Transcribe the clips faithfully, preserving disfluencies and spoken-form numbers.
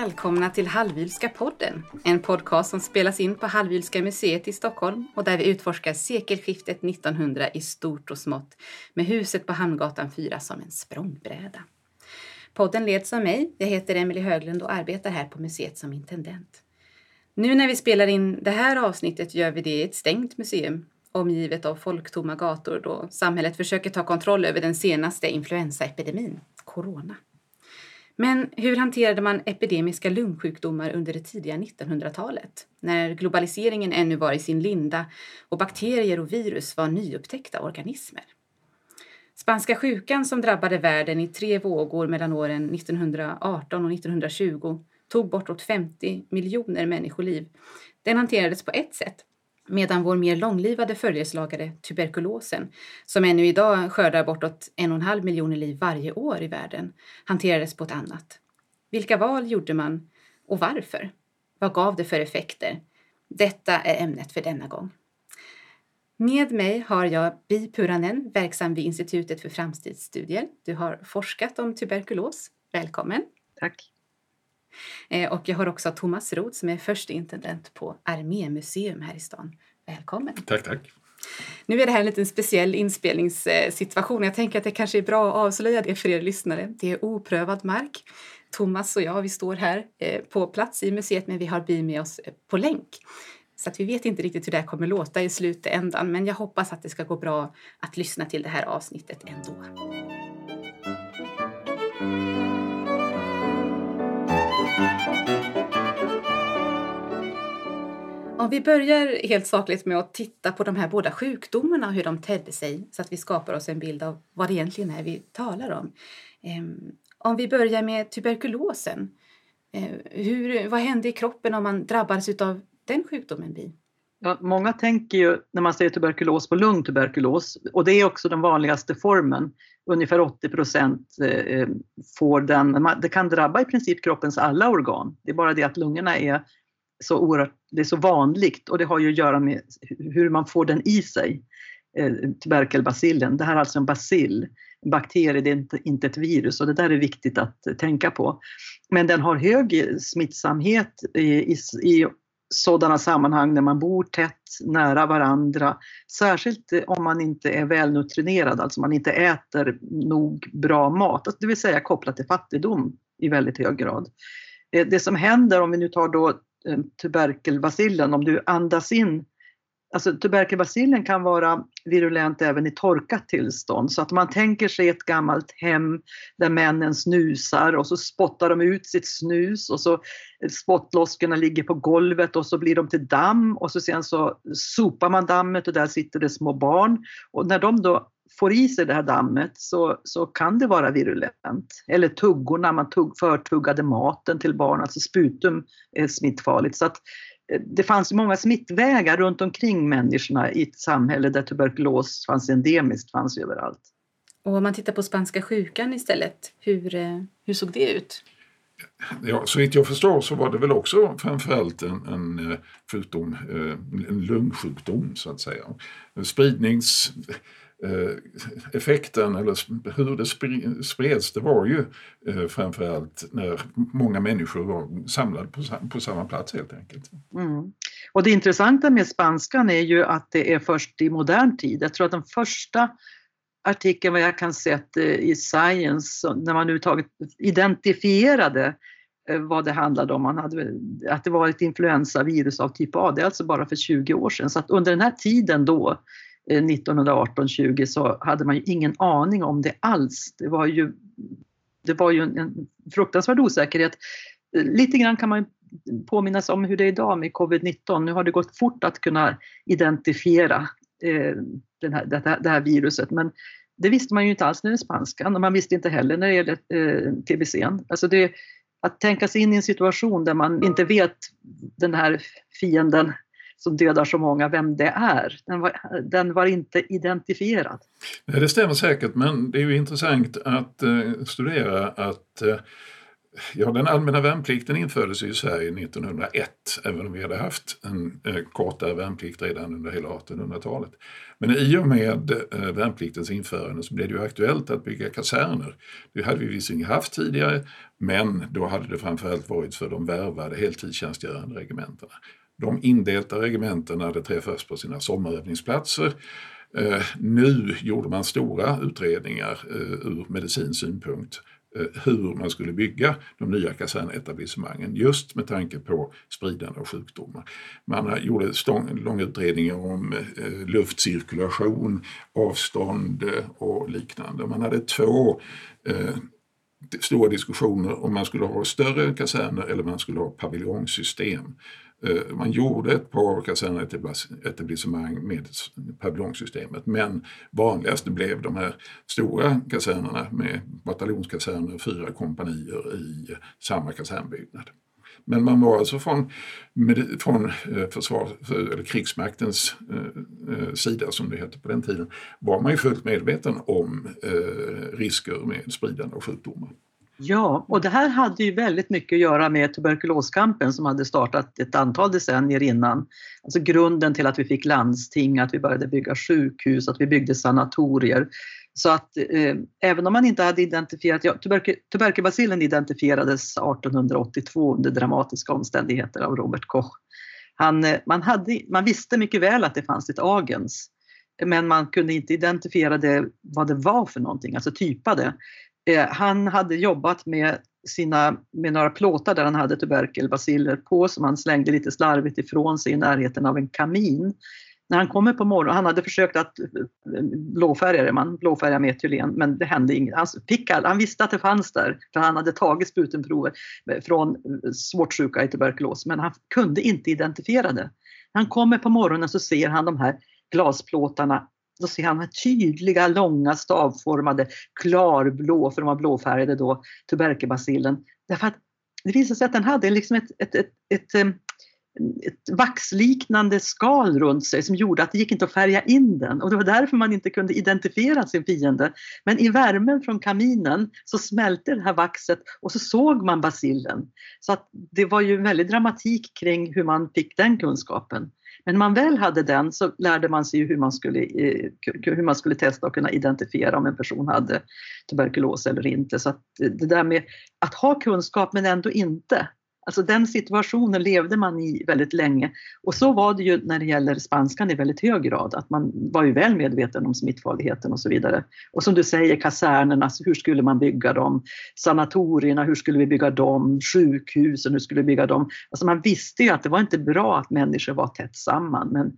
Välkomna till Hallwylska podden, en podcast som spelas in på Hallwylska museet i Stockholm och där vi utforskar sekelskiftet nittonhundra i stort och smått med huset på Hamngatan fyra som en språngbräda. Podden leds av mig, jag heter Emelie Höglund och arbetar här på museet som intendent. Nu när vi spelar in det här avsnittet gör vi det i ett stängt museum, omgivet av folktomma gator då samhället försöker ta kontroll över den senaste influensaepidemin, corona. Men hur hanterade man epidemiska lungsjukdomar under det tidiga nittonhundratalet? När globaliseringen ännu var i sin linda och bakterier och virus var nyupptäckta organismer. Spanska sjukan som drabbade världen i tre vågor mellan åren nittonhundraarton och nittonhundratjugo tog bortåt femtio miljoner människoliv. Den hanterades på ett sätt. Medan vår mer långlivade följeslagare, tuberkulosen, som ännu idag skördar bortåt en och en halv miljoner liv varje år i världen, hanterades på ett annat. Vilka val gjorde man och varför? Vad gav det för effekter? Detta är ämnet för denna gång. Med mig har jag Bi Puranen, verksam vid Institutet för framtidsstudier. Du har forskat om tuberkulos. Välkommen. Tack. Och jag har också Thomas Roth som är förste intendent på Armémuseum här i stan. Välkommen. Tack, tack. Nu är det här en liten speciell inspelningssituation. Jag tänker att det kanske är bra att avslöja det för er lyssnare. Det är oprövad mark. Thomas och jag, vi står här på plats i museet men vi har Bi med oss på länk. Så att vi vet inte riktigt hur det här kommer låta i slutändan. Men jag hoppas att det ska gå bra att lyssna till det här avsnittet ändå. Om vi börjar helt sakligt med att titta på de här båda sjukdomarna och hur de tedde sig så att vi skapar oss en bild av vad det egentligen är vi talar om. Om vi börjar med tuberkulosen, hur, vad händer i kroppen om man drabbas av den sjukdomen? Bi? Ja, många tänker ju när man säger tuberkulos på lungtuberkulos, och det är också den vanligaste formen. Ungefär åttio procent får den, det kan drabba i princip kroppens alla organ. Det är bara det att lungorna är så oerhört, det är så vanligt och det har ju att göra med hur man får den i sig, tuberkelbacillen. Det här är alltså en bacill, en bakterie, det är inte, inte ett virus och det där är viktigt att tänka på. Men den har hög smittsamhet i, i, i sådana sammanhang när man bor tätt nära varandra. Särskilt om man inte är välnutrinerad, alltså man inte äter nog bra mat, det vill säga kopplat till fattigdom i väldigt hög grad. Det som händer om vi nu tar då tuberkelbacillen, om du andas in, alltså tuberkelbacillen kan vara virulent även i torkat tillstånd, så att man tänker sig ett gammalt hem där männen snusar och så spottar de ut sitt snus och så spottloskorna ligger på golvet och så blir de till damm och så sen så sopar man dammet och där sitter det små barn och när de då får i sig det här dammet så, så kan det vara virulent. Eller tuggorna, man tugg, förtuggade maten till barn, alltså sputum är smittfarligt. Så att det fanns många smittvägar runt omkring människorna i ett samhälle där tuberkulos fanns endemiskt, fanns överallt. Och om man tittar på spanska sjukan istället, hur, hur såg det ut? Ja, så vitt jag förstår så var det väl också framförallt en, en sjukdom, en lungsjukdom så att säga. Spridnings... effekten eller hur det spreds, det var ju eh, framförallt när många människor var samlade på, på samma plats helt enkelt. Mm. Och det intressanta med spanskan är ju att det är först i modern tid. Jag tror att den första artikeln vad jag kan se i Science, när man nu tagit identifierade vad det handlade om, man hade, att det var ett influensavirus av typ A, det är alltså bara för tjugo år sedan. Så att under den här tiden då nittonhundraarton tjugo så hade man ju ingen aning om det alls. Det var ju, det var ju en, en fruktansvärd osäkerhet. Lite grann kan man påminnas om hur det är idag med covid nitton. Nu har det gått fort att kunna identifiera eh, den här, det, här, det här viruset. Men det visste man ju inte alls när det är spanskan. Och man visste inte heller när det gäller eh, T B C. Alltså det, att tänka sig in i en situation där man inte vet den här fienden som dödar så många, vem det är. Den var, den var inte identifierad. Nej, det stämmer säkert, men det är ju intressant att uh, studera att uh, Ja, den allmänna värnplikten infördes i Sverige nittonhundraett, även om vi hade haft en eh, kortare värnplikt redan under hela artonhundratalet. Men i och med eh, värnpliktens införande så blev det ju aktuellt att bygga kaserner. Det hade vi visserligen haft tidigare, men då hade det framförallt varit för de värvade heltidstjänstgörande regementerna. De indelta regementerna hade träffats på sina sommarövningsplatser. Eh, nu gjorde man stora utredningar eh, ur medicinsk synpunkt hur man skulle bygga de nya kasernetablissemangen just med tanke på spridande av sjukdomar. Man gjorde stång, långa utredningar om eh, luftcirkulation, avstånd och liknande. Man hade två eh, stora diskussioner om man skulle ha större kaserner eller man skulle ha paviljongsystem. Man gjorde ett par kasernetablissemang med paviljongsystemet, men vanligast blev de här stora kasernerna med bataljonskaserner, fyra kompanier i samma kasernbyggnad. Men man var alltså från, från försvar, eller krigsmaktens eh, sida, som det hette på den tiden, var man ju fullt medveten om eh, risker med spridande av sjukdomar. Ja, och det här hade ju väldigt mycket att göra med tuberkuloskampen som hade startat ett antal decennier innan. Alltså grunden till att vi fick landsting, att vi började bygga sjukhus, att vi byggde sanatorier. Så att eh, även om man inte hade identifierat, ja, tuberk- tuberkelbacillen identifierades artonhundraåttiotvå under dramatiska omständigheter av Robert Koch. Han, man, hade, man visste mycket väl att det fanns ett agens, men man kunde inte identifiera det, vad det var för någonting, alltså typa det. Eh, han hade jobbat med, sina, med några plåtar där han hade tuberkelbaciller på, som han slängde lite slarvigt ifrån sig i närheten av en kamin. När han kommer på morgonen, han hade försökt att blåfärga det, man blåfärga metylen, men det hände inget. Han, fick all, han visste att det fanns där, för han hade tagit sputenprover från svårt sjuka i tuberkulos, men han kunde inte identifiera det. När han kommer på morgonen så ser han de här glasplåtarna, då ser han tydliga, långa, stavformade, klarblå, för de var blåfärgade då, tuberkelbacillen. Därför att det visade sig att den hade liksom ett, ett, ett, ett, ett ett vaxliknande skal runt sig som gjorde att det gick inte att färga in den, och det var därför man inte kunde identifiera sin fiende. Men i värmen från kaminen så smälte det här vaxet och så såg man bacillen. Så att det var ju en väldigt dramatik kring hur man fick den kunskapen. Men när man väl hade den så lärde man sig hur man skulle, hur man skulle testa och kunna identifiera om en person hade tuberkulos eller inte. Så att det där med att ha kunskap men ändå inte, alltså den situationen levde man i väldigt länge. Och så var det ju när det gäller spanskan i väldigt hög grad. Att man var ju väl medveten om smittfarligheten och så vidare. Och som du säger, kasernerna, hur skulle man bygga dem? Sanatorierna, hur skulle vi bygga dem? Sjukhusen, hur skulle vi bygga dem? Alltså man visste ju att det var inte bra att människor var tätt samman. Men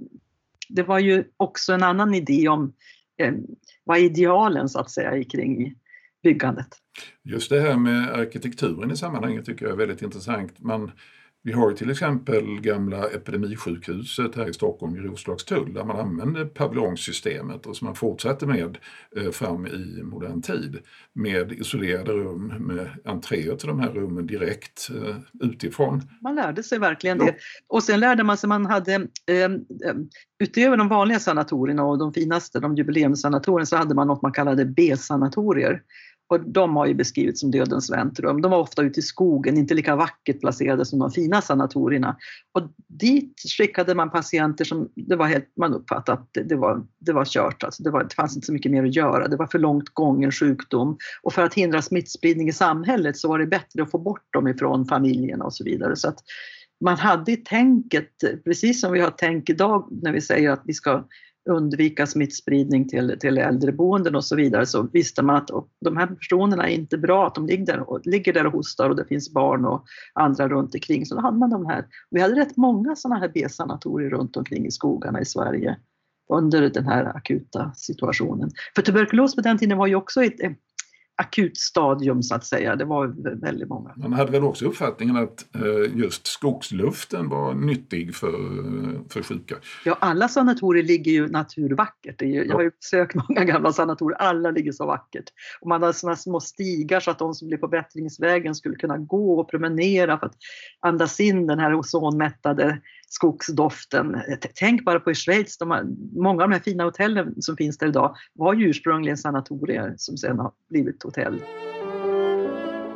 det var ju också en annan idé om eh, vad idealen så att säga kring byggandet. Just det här med arkitekturen i sammanhanget tycker jag är väldigt intressant. Man, vi har ju till exempel gamla epidemisjukhuset här i Stockholm i Roslagstull där man använde paviljongsystemet och som man fortsatte med eh, fram i modern tid med isolerade rum med entréer till de här rummen direkt eh, utifrån. Man lärde sig verkligen det. Och sen lärde man sig, man hade eh, utöver de vanliga sanatorierna och de finaste, de jubileumssanatorierna, så hade man något man kallade B-sanatorier. Och de har ju beskrivits som dödens väntrum. De var ofta ute i skogen, inte lika vackert placerade som de fina sanatorierna. Och dit skickade man patienter som det var helt, man uppfattade att det, det, var, det var kört. Alltså det, var, det fanns inte så mycket mer att göra. Det var för långt gången sjukdom. Och för att hindra smittspridning i samhället så var det bättre att få bort dem ifrån familjerna och så vidare. Så att man hade tänket, precis som vi har tänkt idag när vi säger att vi ska undvika smittspridning till, till äldreboenden och så vidare, så visste man att de här personerna är inte bra, att de ligger där, och, ligger där och hostar och det finns barn och andra runt omkring. Så då hade man de här. Vi hade rätt många sådana här B-sanatorier runt omkring i skogarna i Sverige under den här akuta situationen. För tuberkulos på den tiden var ju också ett akut stadium så att säga. Det var väldigt många. Man hade väl också uppfattningen att just skogsluften var nyttig för, för sjuka. Ja, alla sanatorier ligger ju naturvackert. Jag har ju besökt många gamla sanatorier. Alla ligger så vackert. Och man hade sådana små stigar så att de som blev på bättringsvägen skulle kunna gå och promenera för att andas in den här ozonmättade skogsdoften. Tänk bara på i Schweiz, de har, många av de här fina hotellen som finns där idag var ju ursprungligen sanatorier som sedan har blivit hotell.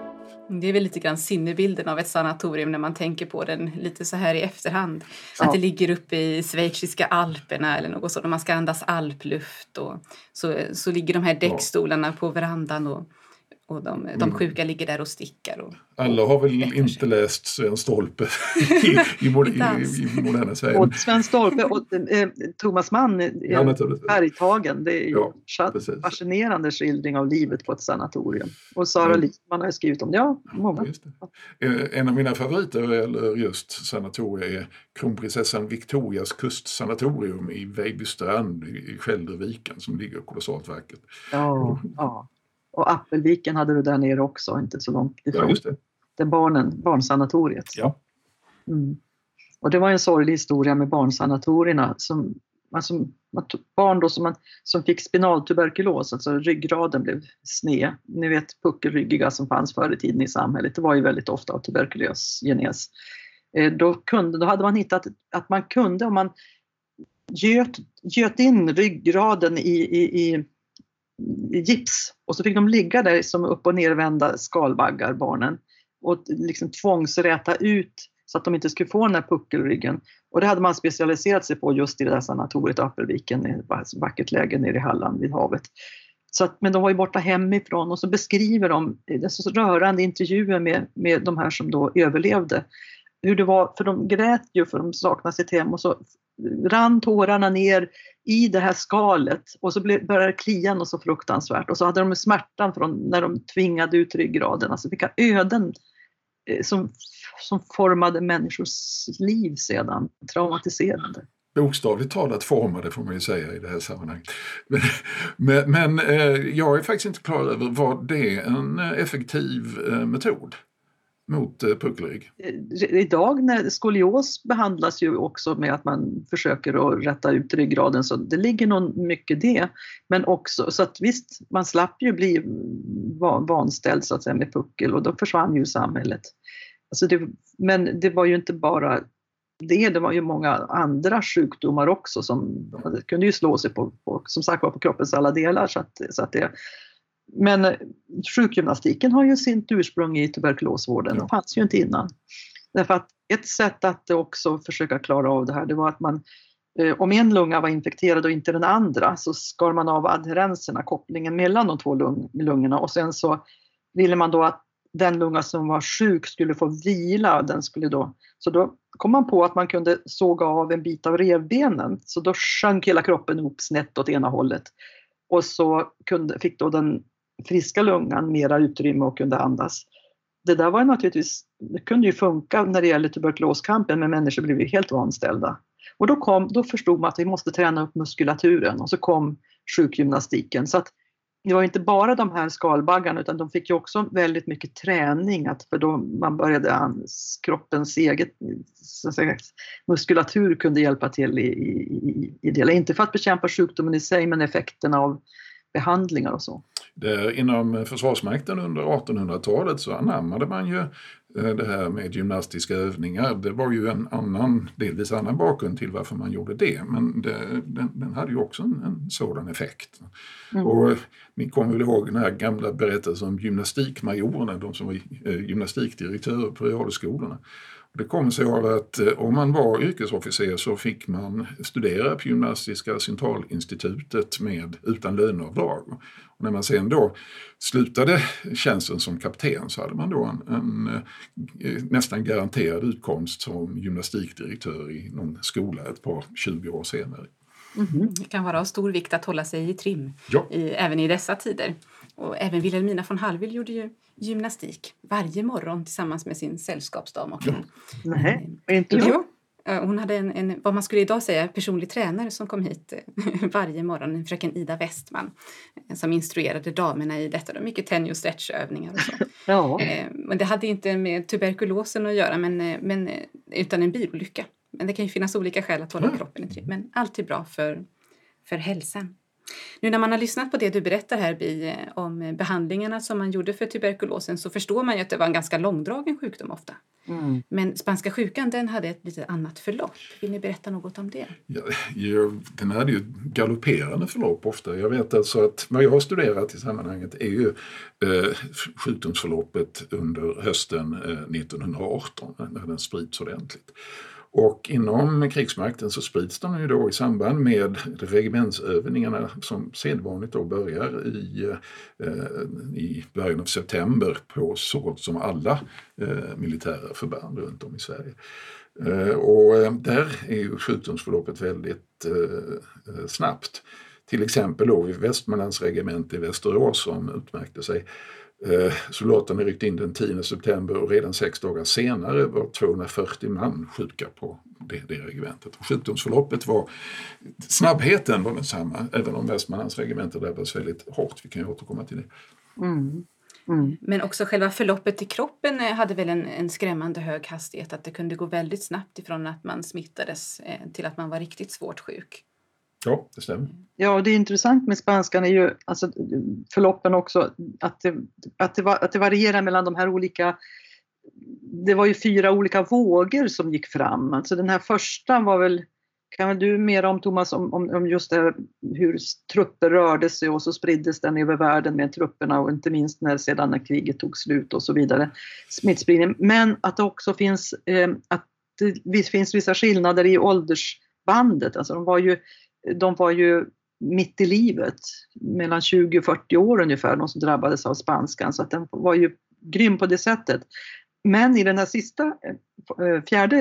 Det är väl lite grann sinnebilden av ett sanatorium när man tänker på den lite så här i efterhand. Ja. Att det ligger uppe i schweiziska alperna eller något sånt. Och man ska andas alpluft. Och så, så ligger de här däckstolarna på verandan och, och de, de sjuka ligger där och stickar. Och, Alla har väl inte läst Sven Stolpe i, i, mod, i, i moderna Sverige. Och Sven Stolpe och eh, Thomas Mann, eh, Ja, Bergtagen, det är ju Ja, en fascinerande skildring av livet på ett sanatorium. Och Sara Mm. Lidman har skrivit om det. Ja, många. Just det. Eh, En av mina favoriter eller just sanatorier är kronprinsessan Victorias kustsanatorium i Vejbystrand i Skälderviken som ligger kolossalt vackert. Ja, ja. Och Appelviken hade du där nere också, inte så långt ifrån. Ja, just det. Det barnen, barnsanatoriet. Ja. Mm. Och det var en sorglig historia med barnsanatorierna. Som, alltså, barn då som, man, som fick spinaltuberkulos, alltså ryggraden blev sned. Ni vet puckelryggiga som fanns förr i tiden i samhället. Det var ju väldigt ofta av tuberkulosgenes. Eh, då, kunde, då hade man hittat att man kunde, om man göt, göt in ryggraden i, i, i i gips och så fick de ligga där som upp- och nervända skalbaggar, barnen, och liksom tvångsräta ut så att de inte skulle få den här puckelryggen. Och det hade man specialiserat sig på just i det där sanatoriet Appelviken, i ett vackert läge nere i Halland vid havet. Så att, men de var ju borta hemifrån och så beskriver de, det är så rörande intervjuer med, med de här som då överlevde. Hur det var, för de grät ju för de saknade sitt hem och så rann tårarna ner i det här skalet och så började det klia och så fruktansvärt. Och så hade de smärtan från när de tvingade ut ryggraden. Alltså vilka öden som, som formade människors liv sedan, traumatiserande. Bokstavligt talat formade får man ju säga i det här sammanhanget. Men, men, men eh, jag är faktiskt inte klar över vad det är en effektiv eh, metod mot eh, puckelrygg. Idag när skolios behandlas ju också med att man försöker att rätta ut ryggraden, så det ligger nog mycket det. Men också, så att visst, man slapp ju bli vanställd så att säga med puckel och då försvann ju samhället. Alltså det, men det var ju inte bara det, det var ju många andra sjukdomar också som det kunde ju slå sig på, på som sagt var på kroppens alla delar. Så att, så att det, men sjukgymnastiken har ju sitt ursprung i tuberkulosvården. Det fanns ju inte innan. Därför att ett sätt att också försöka klara av det här, det var att man, om en lunga var infekterad och inte den andra, så skar man av adherenserna, kopplingen mellan de två lung, lungorna, och sen så ville man då att den lunga som var sjuk skulle få vila. Den skulle då, så då kom man på att man kunde såga av en bit av revbenen, så då sjönk hela kroppen ihop snett åt ena hållet. Och så kunde, fick då den friska lungan mera utrymme och kunde andas. Det där var naturligtvis, det kunde ju funka när det gäller tuberkuloskampen, men människor blev ju helt vanställda. Och då, kom, då förstod man att vi måste träna upp muskulaturen, och så kom sjukgymnastiken. Så att det var inte bara de här skalbaggarna, utan de fick ju också väldigt mycket träning, att för då man började kroppens eget så att säga, muskulatur kunde hjälpa till i, i, i det. Inte för att bekämpa sjukdomen i sig, men effekterna av behandlingar och så. Där inom Försvarsmakten under artonhundratalet så anammade man ju det här med gymnastiska övningar. Det var ju en annan, delvis annan bakgrund till varför man gjorde det. Men det, den, den hade ju också en, en sådan effekt. Mm. Och ni kommer väl ihåg den här gamla berättelsen om gymnastikmajorerna, de som var gymnastikdirektörer på realskolorna. Det kom sig av att om man var yrkesofficer så fick man studera på Gymnastiska Centralinstitutet med, utan löneavdrag. Och när man sen då slutade tjänsten som kapten så hade man då en, en, en nästan garanterad utkomst som gymnastikdirektör i någon skola ett par tjugo år senare. Mm-hmm. Det kan vara av stor vikt att hålla sig i trim, ja. i, även i dessa tider. Och även Wilhelmina von Hallwyl gjorde ju gymnastik varje morgon tillsammans med sin sällskapsdam. Och ja. Nej, inte jo. Hon hade en, en, vad man skulle idag säga, personlig tränare som kom hit varje morgon, fröken Ida Westman, som instruerade damerna i detta. Mycket tennis- och stretchövningar och så. Ja. Men det hade inte med tuberkulosen att göra, men, men utan en bilolycka. Men det kan ju finnas olika skäl att hålla mm. kroppen i trim. Men allt är bra för, för hälsan. Nu när man har lyssnat på det du berättar här, Bi, om behandlingarna som man gjorde för tuberkulosen, så förstår man ju att det var en ganska långdragen sjukdom ofta. Mm. Men spanska sjukan, den hade ett lite annat förlopp. Vill ni berätta något om det? Ja, ja, den hade ju galopperande förlopp ofta. Jag vet alltså att vad jag har studerat i sammanhanget är ju eh, sjukdomsförloppet under hösten eh, nittonhundraarton när den sprids ordentligt. Och inom krigsmakten så sprids de ju då i samband med regementsövningarna som sedvanligt då börjar i, eh, i början av september på så gott som alla eh, militära förband runt om i Sverige. Eh, och eh, där är ju sjukdomsförloppet väldigt eh, snabbt. Till exempel då vid Västmanlands regemente i Västerås som utmärkte sig. Soldaterna ryckte in den tionde september och redan sex dagar senare var tvåhundrafyrtio man sjuka på det, det regementet. Sjukdomsförloppet var, snabbheten var densamma, även om Västmanlands regemente drabbades väldigt hårt. Vi kan ju återkomma till det. Mm. Mm. Men också själva förloppet i kroppen hade väl en, en skrämmande hög hastighet, att det kunde gå väldigt snabbt ifrån att man smittades eh, till att man var riktigt svårt sjuk. Ja, det stämmer. Ja, och det är intressant med spanskan är ju alltså, förloppen också, att det, att, det var, att det varierar mellan de här olika, det var ju fyra olika vågor som gick fram. Alltså den här första var väl, kan väl du mer om Thomas, om, om, om just det här, hur trupper rörde sig och så spriddes den över världen med trupperna och inte minst när sedan när kriget tog slut och så vidare, smittspridning. Men att det också finns, eh, att det finns vissa skillnader i åldersbandet, alltså de var ju De var ju mitt i livet, mellan tjugo och fyrtio år ungefär, de som drabbades av spanskan. Så att den var ju grym på det sättet. Men i den här sista, fjärde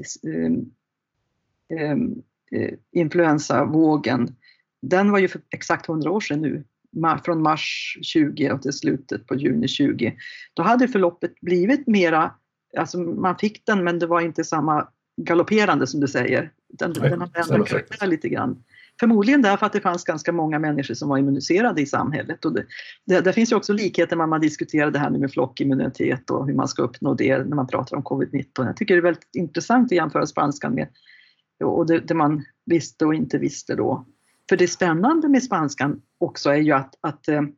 eh, eh, influensavågen, den var ju för exakt hundra år sedan nu. Från mars tjugo och till slutet på juni tjugo. Då hade förloppet blivit mera, alltså man fick den men det var inte samma galopperande som du säger. Den, Nej, den hade ändå karaktär lite grann. Förmodligen därför att det fanns ganska många människor som var immuniserade i samhället. Och det, det, det finns ju också likheter när man diskuterar det här med flockimmunitet och hur man ska uppnå det när man pratar om covid nitton. Jag tycker det är väldigt intressant att jämföra spanskan med och det, det man visste och inte visste då. För det spännande med spanskan också är ju att, att, att,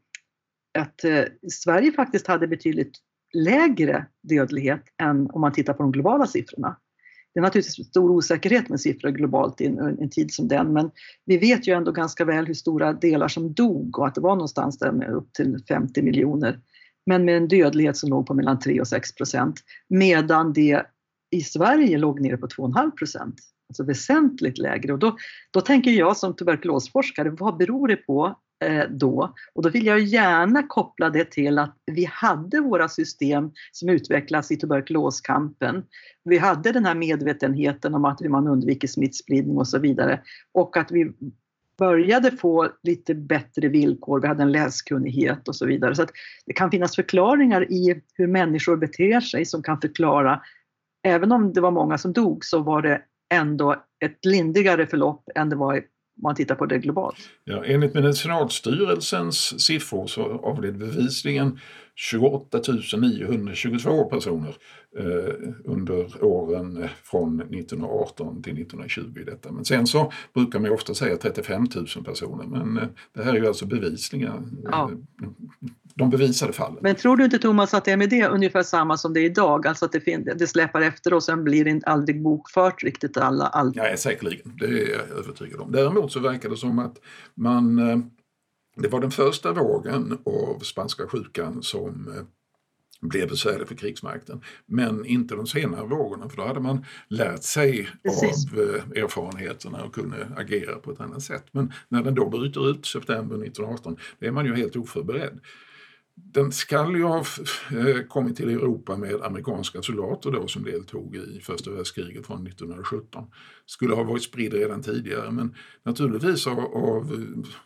att Sverige faktiskt hade betydligt lägre dödlighet än om man tittar på de globala siffrorna. Det är naturligtvis stor osäkerhet med siffror globalt i en, en tid som den, men vi vet ju ändå ganska väl hur stora delar som dog och att det var någonstans där med upp till femtio miljoner. Men med en dödlighet som låg på mellan tre och sex procent, medan det i Sverige låg nere på två komma fem procent. Alltså väsentligt lägre. Och då, då tänker jag som tuberkulosforskare, vad beror det på eh, då? Och då vill jag gärna koppla det till att vi hade våra system som utvecklas i tuberkuloskampen. Vi hade den här medvetenheten om att hur man undviker smittspridning och så vidare. Och att vi började få lite bättre villkor, vi hade en läskunnighet och så vidare. Så att det kan finnas förklaringar i hur människor beter sig som kan förklara, även om det var många som dog så var det ändå ett lindrigare förlopp än det var om man tittar på det globalt. Ja, enligt Medicinalstyrelsens siffror så avled bevisligen tjugoåtta tusen niohundratjugotvå personer eh, under åren från nittonhundraarton till nittonhundratjugo i detta. Men sen så brukar man ju ofta säga trettiofem tusen personer, men eh, det här är ju alltså bevisningar. Ja. De bevisade fallen. Men tror du inte, Thomas, att det är med det ungefär samma som det är idag? Alltså att det, fin- det släpar efter och sen blir det inte aldrig bokfört riktigt alla? All... Nej, säkerligen. Det är jag övertygad om. Däremot så verkar det som att man... Det var den första vågen av spanska sjukan som blev besvärlig för krigsmakten. Men inte de senare vågorna, för då hade man lärt sig Precis. av erfarenheterna och kunde agera på ett annat sätt. Men när den då bryter ut september nittonhundraarton, då är man ju helt oförberedd. Den ska ju ha kommit till Europa med amerikanska soldater då som deltog i första världskriget från nittonhundrasjutton. Skulle ha varit spridd redan tidigare, men naturligtvis av, av,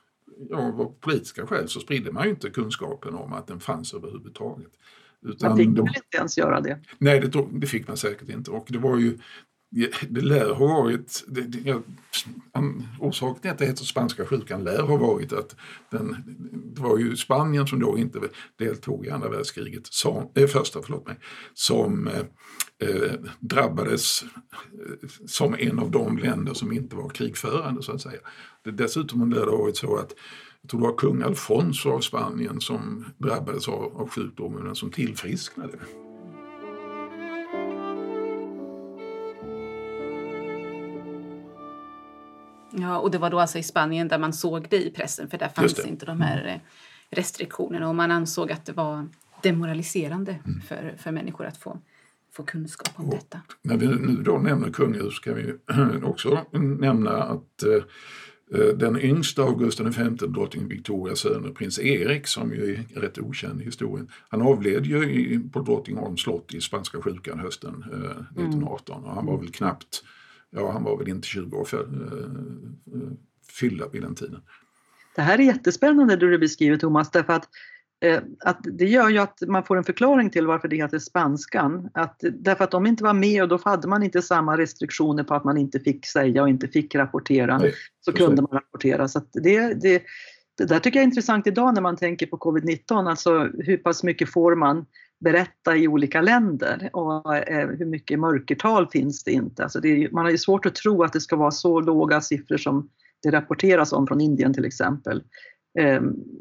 av politiska skäl så spridde man ju inte kunskapen om att den fanns överhuvudtaget. Utan man fick väl inte ens göra det? Nej, det, det fick man säkert inte. Och det var ju Det lär ha varit, det, det, ja, orsaken till att det heter spanska sjukan lär ha varit att den, det var ju Spanien som då inte deltog i andra världskriget, som, eh, första förlåt mig, som eh, drabbades eh, som en av de länder som inte var krigförande så att säga. Det, dessutom lär det ha varit så att jag tror det var kung Alfonso av Spanien som drabbades av, av sjukdomen som tillfrisknade. Ja, och det var då alltså i Spanien där man såg det i pressen, för där fanns inte de här restriktionerna och man ansåg att det var demoraliserande mm. för, för människor att få, få kunskap om och detta. När vi nu då nämner kungahus ska vi också nämna att eh, den yngsta av Gustav den femte, drottning Victorias söner, prins Erik, som ju är rätt okänd i historien, han avled ju i, på Drottningholms slott i spanska sjukan hösten eh, nittonhundraarton och han var väl knappt Ja, han var väl inte tjugo år för, uh, uh, fyllda vid den tiden. Det här är jättespännande det du beskriver, Thomas, därför att, eh, att det gör ju att man får en förklaring till varför det heter spanskan. Att, därför att de inte var med och då hade man inte samma restriktioner på att man inte fick säga och inte fick rapportera. Nej, så kunde man rapportera. Så att det, det, det där tycker jag är intressant idag när man tänker på covid nitton. Alltså hur pass mycket får man berätta i olika länder och eh, hur mycket mörkertal finns det inte. Alltså det är, man har ju svårt att tro att det ska vara så låga siffror som det rapporteras om från Indien till exempel. Eh,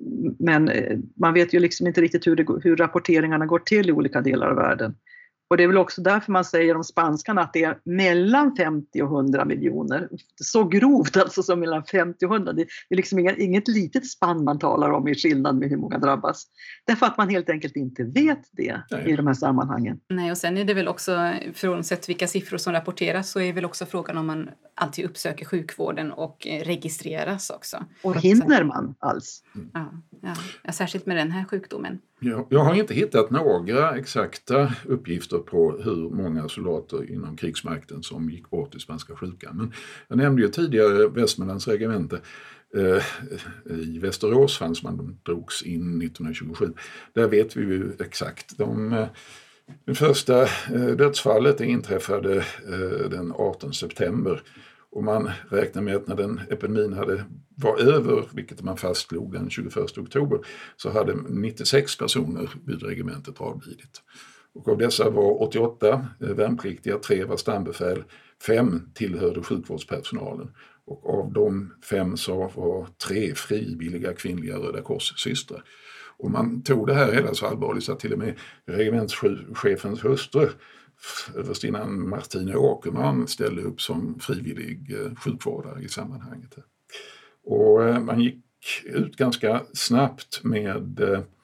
men eh, man vet ju liksom inte riktigt hur, det, hur rapporteringarna går till i olika delar av världen. Och det är väl också därför man säger om spanskan att det är mellan femtio och hundra miljoner. Så grovt alltså som mellan femtio och hundra. Det är liksom inget, inget litet spann man talar om i skillnad med hur många drabbas. Därför att man helt enkelt inte vet det Nej. i de här sammanhangen. Nej, och sen är det väl också, frånsett vilka siffror som rapporteras, så är väl också frågan om man alltid uppsöker sjukvården och registreras också. Och hinner man alls? Mm. Ja, ja. ja, särskilt med den här sjukdomen. Jag, jag har inte hittat några exakta uppgifter på hur många soldater inom krigsmakten som gick bort i spanska sjukan. Men jag nämnde ju tidigare Västmanlands regemente. Eh, I Västerås fanns man, de drogs in nittonhundratjugosju. Där vet vi ju exakt. De, eh, det första eh, dödsfallet inträffade eh, den artonde september. Och man räknar med att när den epidemin hade, var över, vilket man fastslog den tjugoförsta oktober, så hade nittiosex personer vid regementet avlidit. Och av dessa var åttioåtta värnpliktiga, tre var stambefäl, fem tillhörde sjukvårdspersonalen. Och av de fem så var tre frivilliga kvinnliga Röda Kors-systrar. Och man tog det här hela så allvarligt så att till och med regementschefens hustru, överstinnan Martina Åkerman, ställde upp som frivillig sjukvårdare i sammanhanget. Och man gick ut ganska snabbt med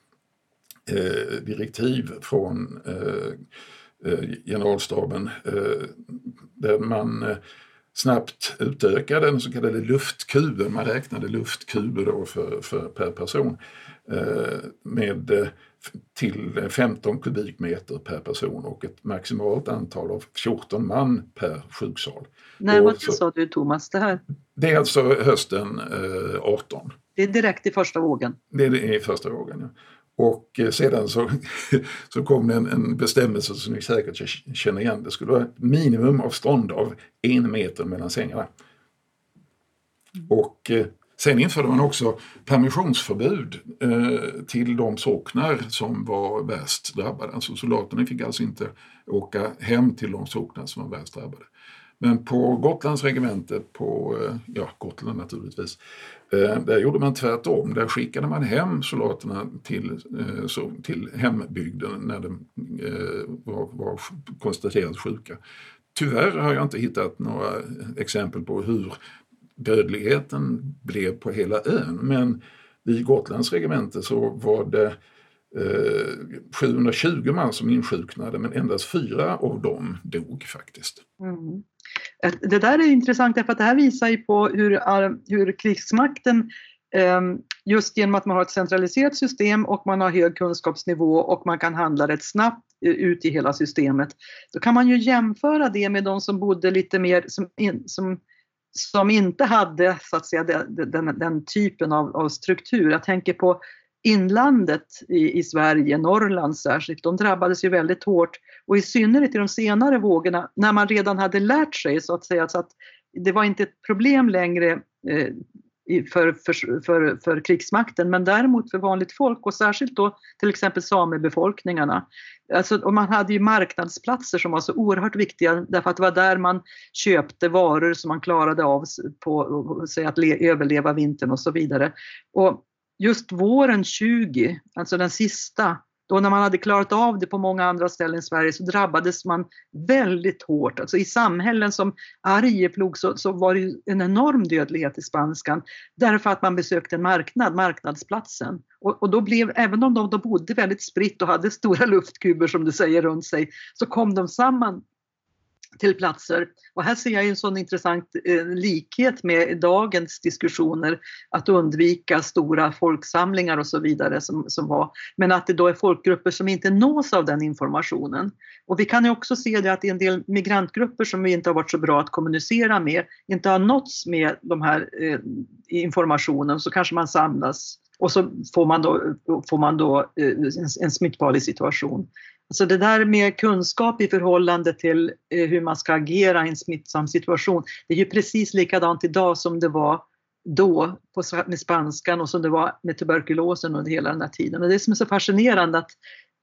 eh, direktiv från eh, generalstaben eh, där man eh, snabbt utökade den så kallade luftkuben. Man räknade luftkuber då för, för per person eh, med eh, till femton kubikmeter per person och ett maximalt antal av fjorton man per sjuksal. När var det, sa du, Thomas, det här? Det är alltså hösten eh, arton. Det är direkt i första vågen? Det är i första vågen, ja. Och eh, sedan så, så kom det en, en bestämmelse som ni säkert känner igen. Det skulle vara ett minimumavstånd av en meter mellan sängarna. Mm. Och eh, sen införde man också permissionsförbud eh, till de socknar som var värst drabbade. Alltså soldaterna fick alltså inte åka hem till de socknar som var värst drabbade. Men på Gotlands regementet, på eh, ja, Gotland naturligtvis, eh, där gjorde man tvärtom. Där skickade man hem soldaterna till, eh, så, till hembygden när de eh, var, var konstaterat sjuka. Tyvärr har jag inte hittat några exempel på hur dödligheten blev på hela ön, men vid Gotlands regemente så var det eh, sjuhundratjugo man som insjuknade, men endast fyra av dem dog faktiskt. Mm. Det där är intressant därför att det här visar ju på hur, hur krigsmakten eh, just genom att man har ett centraliserat system och man har hög kunskapsnivå och man kan handla rätt snabbt ut i hela systemet. Då kan man ju jämföra det med de som bodde lite mer som, som som inte hade så att säga den, den, den typen av, av struktur. Jag tänker på inlandet i, i Sverige, Norrland särskilt. De drabbades ju väldigt hårt Och i synnerhet i de senare vågorna, när man redan hade lärt sig så att säga, så att det var inte ett problem längre eh, För, för, för, för krigsmakten, men däremot för vanligt folk och särskilt då till exempel samebefolkningarna. Alltså, och man hade ju marknadsplatser som var så oerhört viktiga därför att det var där man köpte varor som man klarade av på säg, att le, överleva vintern och så vidare. Och just våren tjugo, alltså den sista, då när man hade klarat av det på många andra ställen i Sverige så drabbades man väldigt hårt. Alltså i samhällen som Arjeplog så, så var det en enorm dödlighet i spanskan. Därför att man besökte en marknad, marknadsplatsen. Och, och då blev, även om de då bodde väldigt spritt och hade stora luftkuber som du säger runt sig, så kom de samman till platser. Och här ser jag en sån intressant eh, likhet med dagens diskussioner att undvika stora folksamlingar och så vidare som, som var. Men att det då är folkgrupper som inte nås av den informationen. Och vi kan ju också se det att en del migrantgrupper som vi inte har varit så bra att kommunicera med inte har nåtts med de här eh, informationen, så kanske man samlas och så får man då, får man då eh, en, en smittfarlig situation. Så det där med kunskap i förhållande till hur man ska agera i en smittsam situation, det är ju precis likadant idag som det var då med spanskan och som det var med tuberkulosen under hela den här tiden. Och det som är så fascinerande att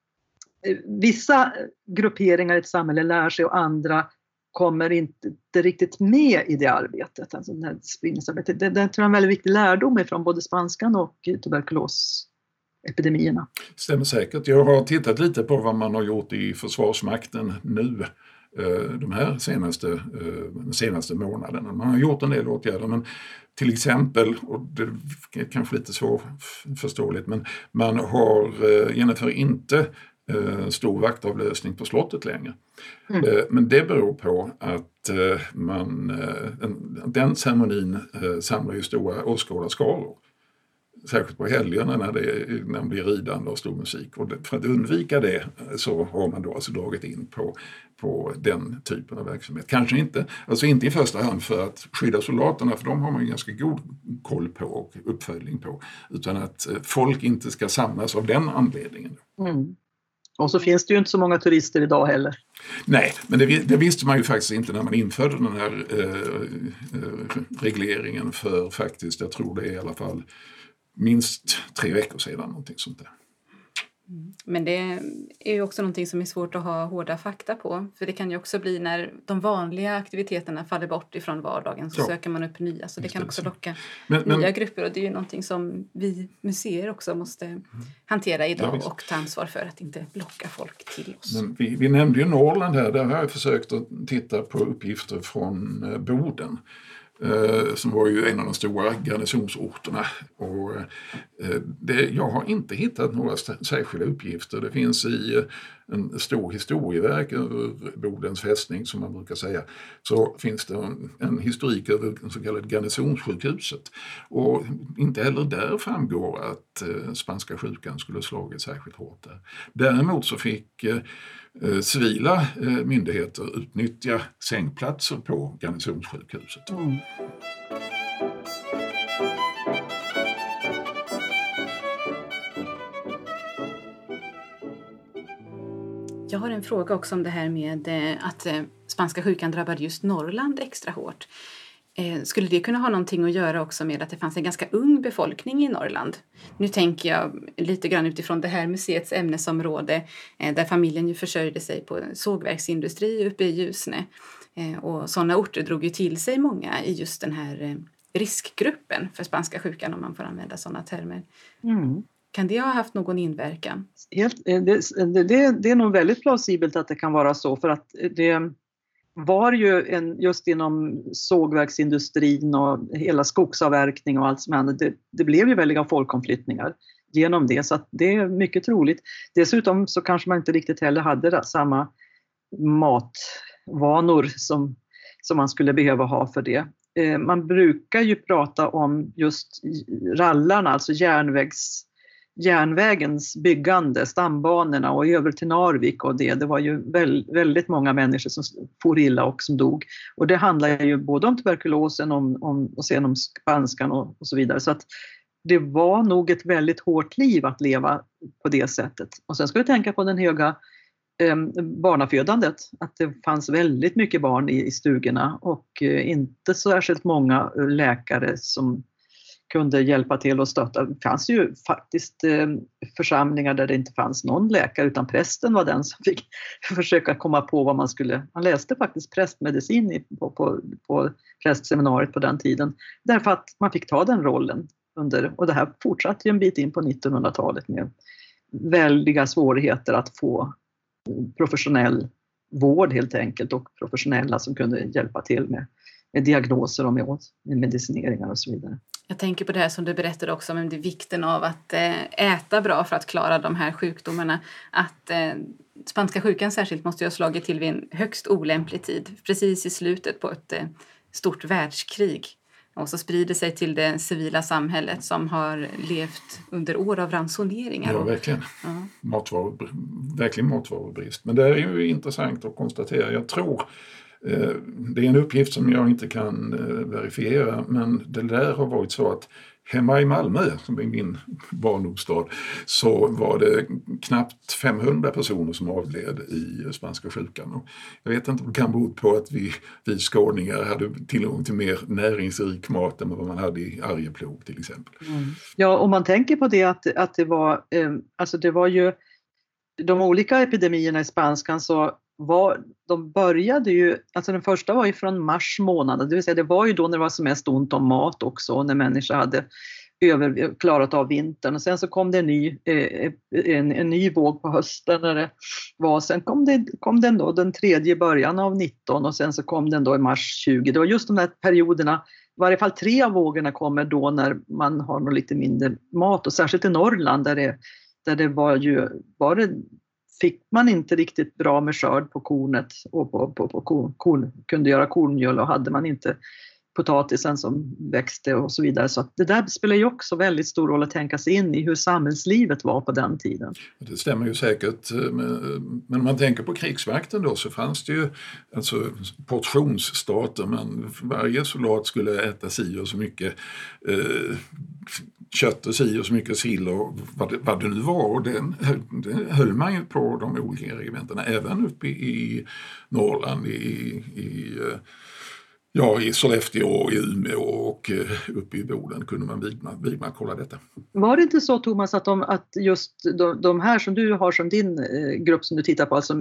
vissa grupperingar i ett samhälle lär sig och andra kommer inte riktigt med i det arbetet. Alltså det här spridningsarbetet. Det, det tror jag är en väldigt viktig lärdom från både spanskan och tuberkulos. Epidemierna. Stämmer säkert. Jag har tittat lite på vad man har gjort i Försvarsmakten nu de här senaste, senaste månaderna. Man har gjort en del åtgärder, men till exempel, och det är kanske lite svårförståeligt, men man har genomför inte stor vaktavlösning på slottet längre. Mm. Men det beror på att man, den ceremonin samlar ju stora åskådarskaror. Särskilt på helgerna när det, när det blir ridande och stor musik. Och för att undvika det så har man då alltså dragit in på, på den typen av verksamhet. Kanske inte, alltså inte i första hand för att skydda soldaterna, för de har man ju ganska god koll på och uppföljning på. Utan att folk inte ska samlas av den anledningen. Mm. Och så finns det ju inte så många turister idag heller. Nej, men det, det visste man ju faktiskt inte när man införde den här eh, regleringen för faktiskt, jag tror det är i alla fall minst tre veckor sedan, någonting sånt där. Mm. Men det är ju också någonting som är svårt att ha hårda fakta på. För det kan ju också bli när de vanliga aktiviteterna faller bort ifrån vardagen så ja. söker man upp nya. Så det kan också locka men, nya men, grupper. Och det är ju någonting som vi museer också måste mm. hantera idag ja, och ta ansvar för att inte locka folk till oss. Men vi, vi nämnde ju Norrland här. Där har jag försökt att titta på uppgifter från Boden. Uh, som var ju en av de stora garnisonsorterna. Och, uh, det, jag har inte hittat några st- särskilda uppgifter. Det finns i uh, en stor historieverk över Bodens fästning, som man brukar säga, så finns det en, en historik över det så kallade garnisonssjukhuset. Och inte heller där framgår att uh, spanska sjukan skulle slagit särskilt hårt där. Däremot så fick uh, Eh, civila eh, myndigheter utnyttja sängplatser på garnisonssjukhuset. Mm. Jag har en fråga också om det här med eh, att eh, spanska sjukan drabbade just Norrland extra hårt. Eh, skulle det kunna ha någonting att göra också med att det fanns en ganska ung befolkning i Norrland? Nu tänker jag lite grann utifrån det här museets ämnesområde eh, där familjen ju försörjde sig på sågverksindustri uppe i Ljusne. Eh, och sådana orter drog ju till sig många i just den här eh, riskgruppen för spanska sjukan, om man får använda sådana termer. Mm. Kan det ha haft någon inverkan? Helt, det, det, det är nog väldigt plausibelt att det kan vara så, för att det var ju en, just inom sågverksindustrin och hela skogsavverkning och allt som hände, det, det blev ju väldiga folkomflyttningar genom det, så att det är mycket troligt. Dessutom så kanske man inte riktigt heller hade samma matvanor som, som man skulle behöva ha för det. Eh, man brukar ju prata om just rallarna, alltså järnvägs järnvägens byggande, stambanorna och över till Narvik och det. Det var ju väl, väldigt många människor som for illa och som dog. Och det handlar ju både om tuberkulosen om, om, och sen om spanskan och, och så vidare. Så att det var nog ett väldigt hårt liv att leva på det sättet. Och sen ska vi tänka på den höga eh, barnafödandet. Att det fanns väldigt mycket barn i, i stugorna och eh, inte så särskilt många läkare som kunde hjälpa till och stötta. Det fanns ju faktiskt eh, församlingar där det inte fanns någon läkare utan prästen var den som fick försöka komma på vad man skulle. Man läste faktiskt prästmedicin i, på, på, på prästseminariet på den tiden. Därför att man fick ta den rollen under, och det här fortsatte ju en bit in på nittonhundratalet med väldiga svårigheter att få professionell vård helt enkelt och professionella som kunde hjälpa till med, med diagnoser och med, med medicineringar och så vidare. Jag tänker på det här som du berättade också om det vikten av att äta bra för att klara de här sjukdomarna. Att eh, spanska sjukan särskilt måste ju ha slagit till vid en högst olämplig tid. Precis i slutet på ett eh, stort världskrig. Och så sprider sig till det civila samhället som har levt under år av ransoneringar. Ja, verkligen. Ja. Matvaror, verkligen matvarubrist. Men det är ju intressant att konstatera. Jag tror, eh, det är en uppgift som jag inte kan eh, verifiera, men det där har varit så att hemma i Malmö, som är min barndomsstad, så var det knappt femhundra personer som avled i spanska sjukan. Och jag vet inte om det kan bero på att vi, vi skåningar hade tillgång till mer näringsrik mat än vad man hade i Arjeplog till exempel. Mm. Ja, om man tänker på det att, att det var, eh, alltså det var ju de olika epidemierna i spanskan så var, de började ju, alltså den första var ju från mars månad, det vill säga det var ju då när det var som mest ont om mat också, när människor hade över, klarat av vintern och sen så kom det en ny, eh, en, en ny våg på hösten när det var, sen kom, det, kom den då den tredje början av nitton och sen så kom den då i mars tjugo, det var just de där perioderna, i varje fall tre av vågorna kommer då när man har nog lite mindre mat och särskilt i Norrland där det, där det var ju, var det fick man inte riktigt bra med skörd på kornet och på, på, på korn, korn, kunde göra kornmjöl och hade man inte potatisen som växte och så vidare. Så att det där spelar ju också väldigt stor roll att tänka sig in i hur samhällslivet var på den tiden. Det stämmer ju säkert, men om man tänker på krigsmakten då så fanns det ju alltså portionsstater, men varje soldat skulle äta si och så mycket eh, kött och si och så mycket sill och vad det, vad det nu var, och den, den höll man ju på de olika regementerna, även uppe i, i Norrland, i, i, ja, i Sollefteå, i Umeå och uppe i Boden kunde man vidmakthålla detta. Var det inte så, Thomas, att, de, att just de, de här som du har som din grupp som du tittar på, alltså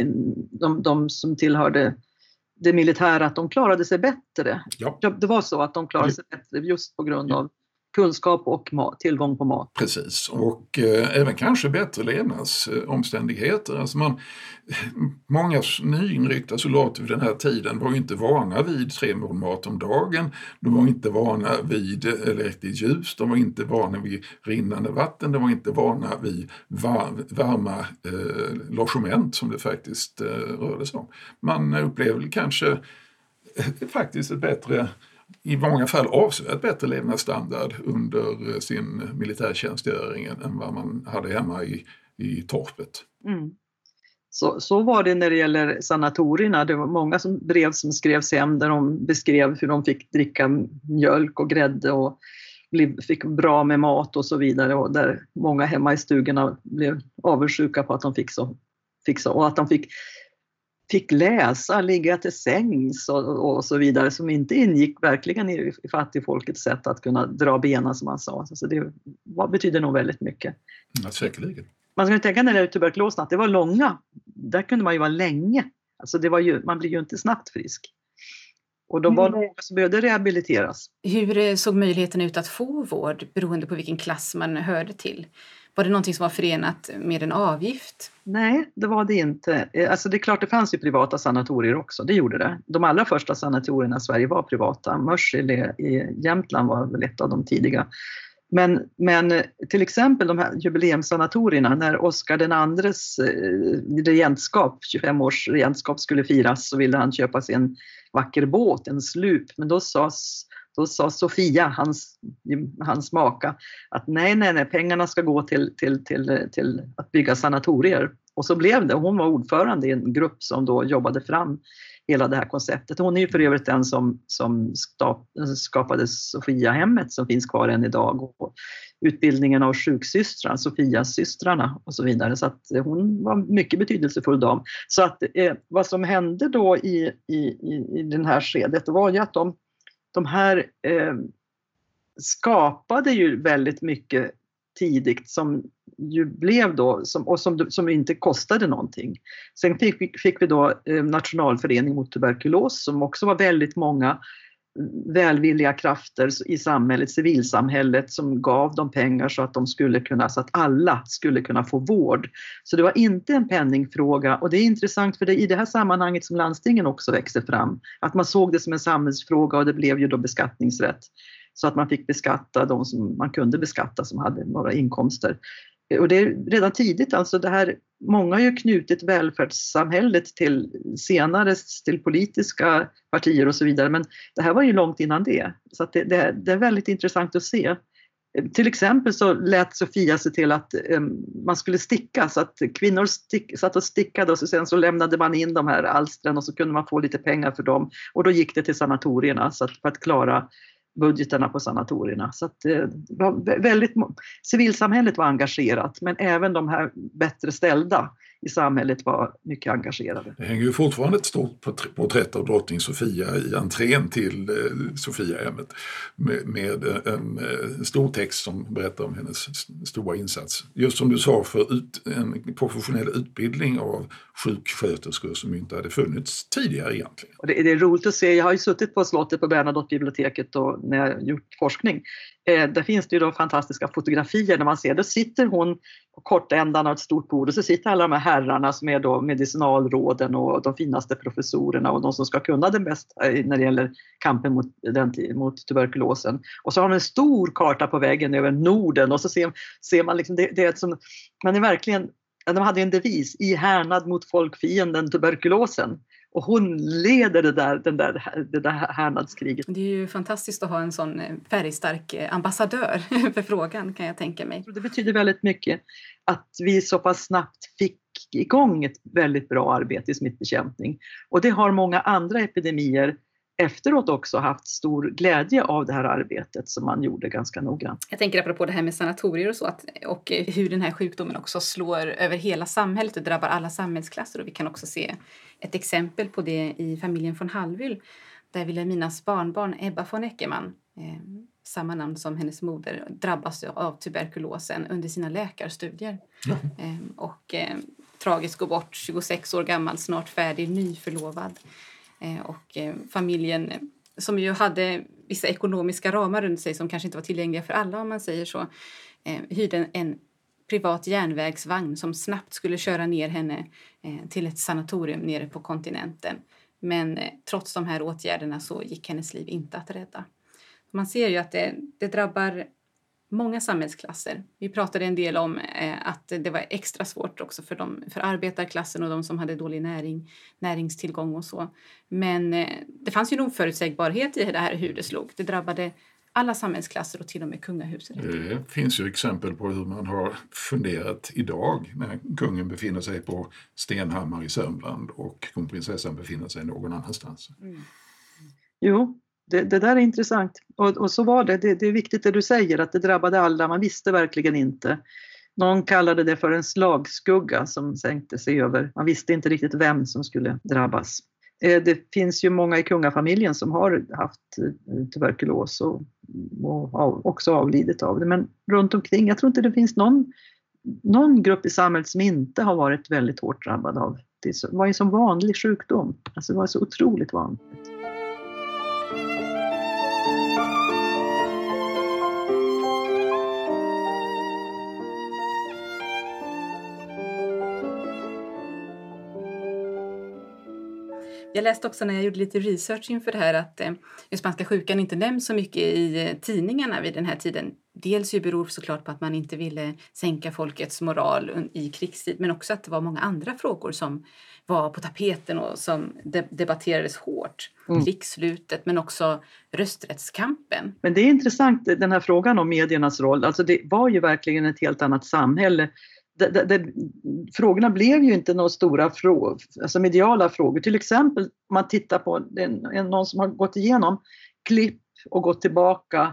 de, de som tillhörde det militära, att de klarade sig bättre? Ja. Det var så att de klarade sig bättre just på grund av kunskap och mat, tillgång på mat. Precis, och eh, även kanske bättre levnadsomständigheter. Alltså man, många nyinryckta soldater vid den här tiden var ju inte vana vid tre mål mat om dagen. De var inte vana vid elektriskt ljus, de var inte vana vid rinnande vatten, de var inte vana vid var, varma eh, logement som det faktiskt eh, rörde sig om. Man upplevde kanske eh, faktiskt ett bättre, i många fall avsevärt bättre levnadsstandard under sin militärtjänstgöring än vad man hade hemma i, i torpet. Mm. Så, så var det när det gäller sanatorierna. Det var många som, brev som skrevs hem där de beskrev hur de fick dricka mjölk och grädde och fick bra med mat och så vidare. Och där många hemma i stugorna blev avundsjuka på att de fick så, fick så och att de fick fick läsa, ligga till sängs och, och så vidare, som inte ingick verkligen i, i fattigfolkets sätt att kunna dra benen, som man sa. Så det var, betyder nog väldigt mycket. Ja, säkerligen. Man ska tänka när det är tuberkulosen att det var långa. Där kunde man ju vara länge. Alltså det var ju, man blir ju inte snabbt frisk. Och de var mm. några som behövde rehabiliteras. Hur såg möjligheten ut att få vård beroende på vilken klass man hörde till? Var det någonting som var förenat med en avgift? Nej, det var det inte. Alltså det är klart, det fanns ju privata sanatorier också, det gjorde det. De allra första sanatorierna i Sverige var privata. Mörsil i Jämtland var väl ett av de tidiga. Men, men till exempel de här jubileumssanatorierna, när Oscar den andres regentskap, tjugofem års regentskap skulle firas, så ville han köpa sig en vacker båt, en slup. Men då sades Då sa Sofia, hans, hans maka, att nej, nej, nej, pengarna ska gå till, till, till, till att bygga sanatorier. Och så blev det. Hon var ordförande i en grupp som då jobbade fram hela det här konceptet. Hon är ju för övrigt den som, som skapade Sofia-hemmet som finns kvar än idag. Och utbildningen av sjuksystrar, Sofias systrarna och så vidare. Så att hon var mycket betydelsefull dam. Så att eh, vad som hände då i, i, i, i den här skedet var ju att de, de här eh, skapade ju väldigt mycket tidigt som ju blev då, som, och som, som inte kostade någonting. Sen fick, fick vi då eh, Nationalförening mot tuberkulos som också var väldigt många välvilliga krafter i samhället, civilsamhället som gav dem pengar så att de skulle kunna, så att alla skulle kunna få vård. Så det var inte en penningfråga, och det är intressant för det i det här sammanhanget som landstingen också växte fram, att man såg det som en samhällsfråga och det blev ju då beskattningsrätt. Så att man fick beskatta de som man kunde beskatta som hade några inkomster. Och det är redan tidigt, alltså det här, många har ju knutit välfärdssamhället till senare till politiska partier och så vidare, men det här var ju långt innan det. Så att det, det, det är väldigt intressant att se. Till exempel så lät Sofia se till att um, man skulle sticka, så att kvinnor stick, satt och stickade och så sen så lämnade man in de här alstren och så kunde man få lite pengar för dem, och då gick det till sanatorierna så att, för att klara budgeterna på sanatorierna. Så att eh, var väldigt, civilsamhället var engagerat, men även de här bättre ställda i samhället var mycket engagerade. Det hänger ju fortfarande ett stort porträtt av drottning Sofia i entrén till eh, Sofiahemmet med, med en, en stor text som berättar om hennes stora insats. Just som du sa, för ut, en professionell utbildning av sjuksköterskor som inte hade funnits tidigare egentligen. Och det, det är roligt att se, jag har ju suttit på slottet på Bernadotte-biblioteket och när jag gjort forskning. Eh, där finns det ju då fantastiska fotografier när man ser, då sitter hon på kortändan av ett stort bord och så sitter alla de här herrarna som är då medicinalråden och de finaste professorerna och de som ska kunna det bäst när det gäller kampen mot, den, mot tuberkulosen. Och så har de en stor karta på väggen över Norden och så ser, ser man liksom, det, det är som, man är verkligen, de hade en devis, i härnad mot folkfienden tuberkulosen. Och hon leder det där, den där, det där härnadskriget. Det är ju fantastiskt att ha en sån färgstark ambassadör för frågan, kan jag tänka mig. Det betyder väldigt mycket att vi så pass snabbt fick igång ett väldigt bra arbete i smittbekämpning. Och det har många andra epidemier efteråt också haft stor glädje av det här arbetet som man gjorde ganska noggrant. Jag tänker apropå det här med sanatorier och så, att, och hur den här sjukdomen också slår över hela samhället och drabbar alla samhällsklasser. Och vi kan också se ett exempel på det i familjen von Hallwyl, där Wilhelminas barnbarn Ebba von Eckermann, eh, samma namn som hennes moder, drabbas av tuberkulosen under sina läkarstudier. Mm. Eh, och eh, tragiskt går bort, tjugosex år gammal, snart färdig, nyförlovad. Och familjen, som ju hade vissa ekonomiska ramar runt sig som kanske inte var tillgängliga för alla, om man säger så, hyrde en, en privat järnvägsvagn som snabbt skulle köra ner henne till ett sanatorium nere på kontinenten. Men trots de här åtgärderna så gick hennes liv inte att rädda. Man ser ju att det, det drabbar många samhällsklasser. Vi pratade en del om eh, att det var extra svårt också för, dem, för arbetarklassen och de som hade dålig näring, näringstillgång och så. Men eh, det fanns ju en oförutsägbarhet i det här hur det slog. Det drabbade alla samhällsklasser och till och med kungahuset. Det finns ju exempel på hur man har funderat idag när kungen befinner sig på Stenhammar i Sörmland och kronprinsessan befinner sig någon annanstans. Mm. Jo. Det, det där är intressant. Och, och så var det. det. Det är viktigt det du säger, att det drabbade alla. Man visste verkligen inte. Någon kallade det för en slagskugga som sänkte sig över. Man visste inte riktigt vem som skulle drabbas. Det finns ju många i kungafamiljen som har haft tuberkulos och, och också avlidit av det. Men runt omkring, jag tror inte det finns någon, någon grupp i samhället som inte har varit väldigt hårt drabbad av det. Det var ju som vanlig sjukdom. Alltså det var så otroligt vanligt. Jag läste också när jag gjorde lite research inför det här att eh, spanska sjukan inte nämns så mycket i eh, tidningarna vid den här tiden. Dels ju beror såklart på att man inte ville sänka folkets moral i krigstid, men också att det var många andra frågor som var på tapeten och som de- debatterades hårt. Mm. Krigsslutet, men också rösträttskampen. Men det är intressant, den här frågan om mediernas roll. Alltså det var ju verkligen ett helt annat samhälle. Det, det, det, frågorna blev ju inte några stora frågor, alltså mediala frågor. Till exempel om man tittar på en, en, någon som har gått igenom klipp och gått tillbaka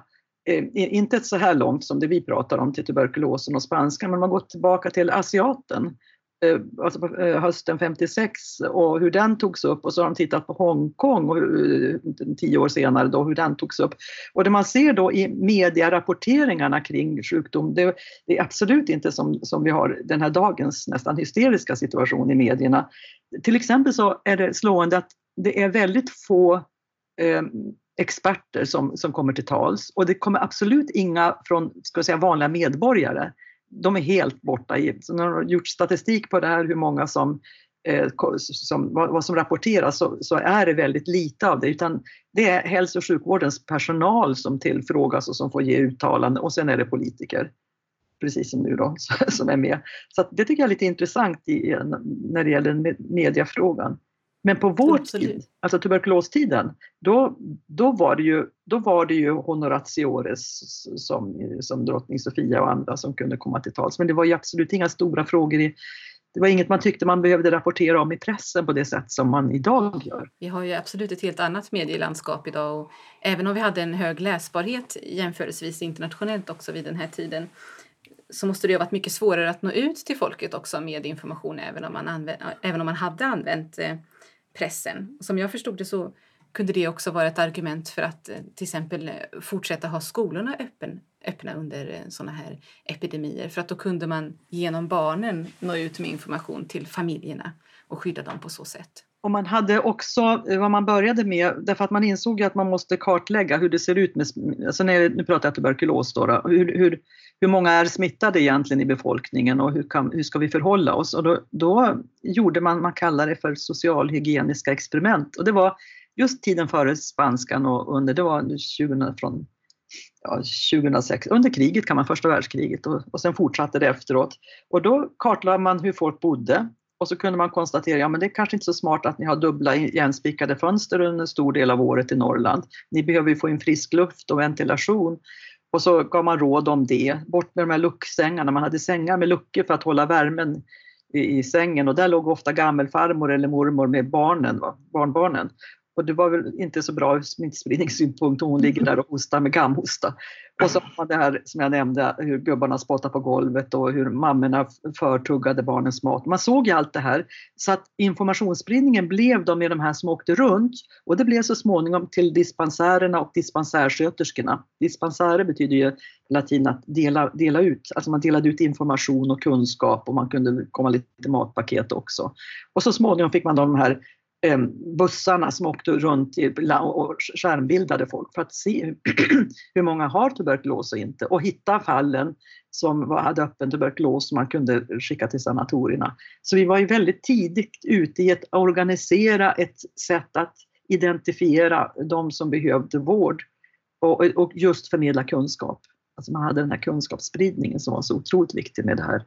eh, inte så här långt som det vi pratar om till tuberkulosen och spanskan, men man går tillbaka till asiaten. Alltså på hösten femtiosex och hur den togs upp, och så har de tittat på Hongkong och hur, tio år senare då, hur den togs upp. Och det man ser då i medierapporteringarna kring sjukdom, det, det är absolut inte som, som vi har den här dagens nästan hysteriska situation i medierna. Till exempel så är det slående att det är väldigt få eh, experter som, som kommer till tals, och det kommer absolut inga från, ska jag säga, vanliga medborgare. De är helt borta i, så när de har gjort statistik på det här, hur många som, eh, som vad, vad som rapporteras, så, så är det väldigt lite av det, utan det är hälso- och sjukvårdens personal som tillfrågas och som får ge uttalanden, och sen är det politiker, precis som nu då, som är med. Så att det tycker jag är lite intressant i, när det gäller mediafrågan. Men på vår Absolut. tid, alltså tuberkulostiden, då, då, var det ju, då var det ju honoratiores som, som drottning Sofia och andra som kunde komma till tals. Men det var ju absolut inga stora frågor. I, det var inget man tyckte man behövde rapportera om i pressen på det sätt som man idag gör. Vi har ju absolut ett helt annat medielandskap idag, och även om vi hade en hög läsbarhet jämförelsevis internationellt också vid den här tiden, så måste det ju ha varit mycket svårare att nå ut till folket också med information, även om man, använt, även om man hade använt eh, pressen. Som jag förstod det så kunde det också vara ett argument för att eh, till exempel fortsätta ha skolorna öppen, öppna under eh, sådana här epidemier. För att då kunde man genom barnen nå ut med information till familjerna och skydda dem på så sätt. Och man hade också, vad man började med, därför att man insåg ju att man måste kartlägga hur det ser ut med, alltså när, nu pratar jag tuberkulos då, då hur, hur, hur många är smittade egentligen i befolkningen och hur, kan, hur ska vi förhålla oss? Och då, då gjorde man, man kallar det för socialhygieniska experiment, och det var just tiden före spanskan och under, det var tjugo, från ja, tjugohundrasex, under kriget kan man, första världskriget, och, och sen fortsatte det efteråt. Och då kartlade man hur folk bodde. Och så kunde man konstatera, ja men det är kanske inte så smart att ni har dubbla igenspikade fönster under en stor del av året i Norrland. Ni behöver ju få in frisk luft och ventilation. Och så gav man råd om det. Bort med de här lucksängarna. Man hade sängar med luckor för att hålla värmen i, i sängen. Och där låg ofta gammelfarmor eller mormor med barnen, va? barnbarnen. Och det var väl inte så bra ur smittspridningssynpunkt, hon ligger där och hostar med gamhosta. Och så var det här som jag nämnde, hur gubbarna spottade på golvet och hur mammorna förtuggade barnens mat. Man såg ju allt det här, så att informationsspridningen blev de med de här som åkte runt. Och det blev så småningom till dispenssärerna och dispensärsköterskorna. Dispensärer betyder ju latin att dela, dela ut, alltså man delade ut information och kunskap, och man kunde komma lite matpaket också. Och så småningom fick man de här bussarna som åkte runt och skärmbildade folk för att se hur många har tuberkulos och inte, och hitta fallen som hade öppen tuberkulos som man kunde skicka till sanatorierna. Så vi var ju väldigt tidigt ute i att organisera ett sätt att identifiera de som behövde vård och, och just förmedla kunskap. Alltså man hade den här kunskapsspridningen som var så otroligt viktig med det här.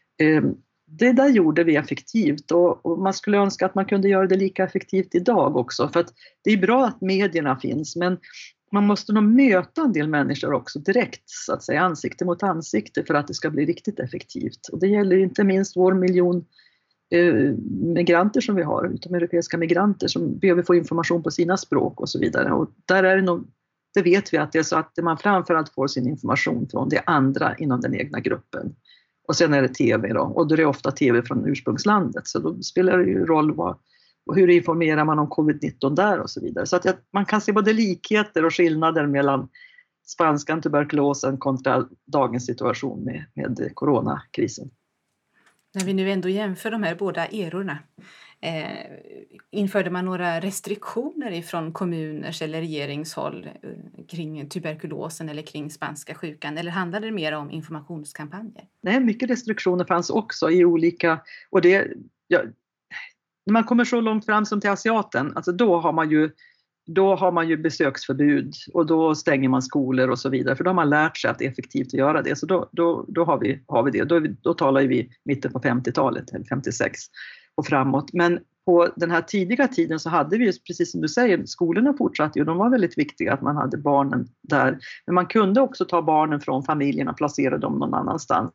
Det där gjorde vi effektivt, och, och man skulle önska att man kunde göra det lika effektivt idag också, för att det är bra att medierna finns, men man måste nog möta en del människor också direkt, så att säga, ansikte mot ansikte, för att det ska bli riktigt effektivt. Och det gäller inte minst vår miljon eh, migranter som vi har, utomeuropeiska migranter som behöver få information på sina språk och så vidare. Och där är det nog, det vet vi att det är så att man framförallt får sin information från det andra inom den egna gruppen. Och sen är det tv då, och då är det ofta tv från ursprungslandet, så då spelar det ju roll vad, hur informerar man om covid nitton där och så vidare. Så att jag, man kan se både likheter och skillnader mellan spanskan, tuberkulosen kontra dagens situation med, med coronakrisen. När vi nu ändå jämför de här båda erorna, eh, införde man några restriktioner ifrån kommuners eller regeringshåll eh, kring tuberkulosen eller kring spanska sjukan, eller handlade det mer om informationskampanjer? Nej, mycket restriktioner fanns också i olika, och det, ja, när man kommer så långt fram som till asiaten, alltså då har man ju Då har man ju besöksförbud, och då stänger man skolor och så vidare. För då har man lärt sig att det är effektivt att göra det. Så då, då, då har, vi, har vi det. Då, då talar vi mitten på femtiotalet, eller femtiosex och framåt. Men på den här tidiga tiden så hade vi ju, precis som du säger, skolorna fortsatte ju. De var väldigt viktiga att man hade barnen där. Men man kunde också ta barnen från familjerna och placera dem någon annanstans.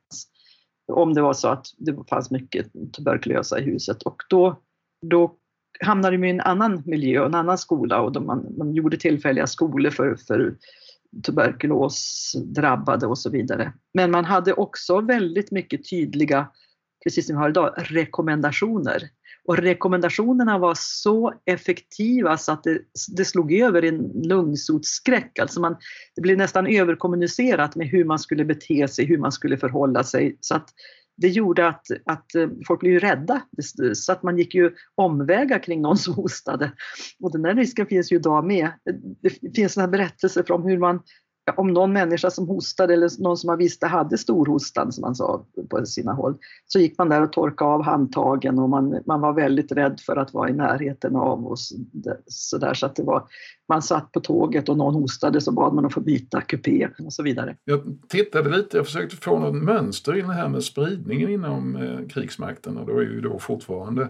Om det var så att det fanns mycket tuberkulösa i huset. Och då... då hamnade de i en annan miljö, en annan skola, och de, man, man gjorde tillfälliga skolor för, för tuberkulos drabbade och så vidare. Men man hade också väldigt mycket tydliga, precis som vi har idag, rekommendationer. Och rekommendationerna var så effektiva så att det, det slog över i en lungsotsskräck. Alltså man, det blev nästan överkommunicerat med hur man skulle bete sig, hur man skulle förhålla sig. Så att det gjorde att, att folk blev ju rädda. Så att man gick ju omvägar kring någon som hostade. Och den där risken finns ju idag med. Det finns såna här berättelser om hur man, om någon människa som hostade eller någon som man visste hade storhostan, som man sa på sina håll, så gick man där och torkade av handtagen och man, man var väldigt rädd för att vara i närheten av och så där, så att det var, man satt på tåget och någon hostade så bad man att få byta kupé och så vidare. Jag tittade lite, jag försökte få något mönster i det här med spridningen inom eh, krigsmakten, och det var ju då fortfarande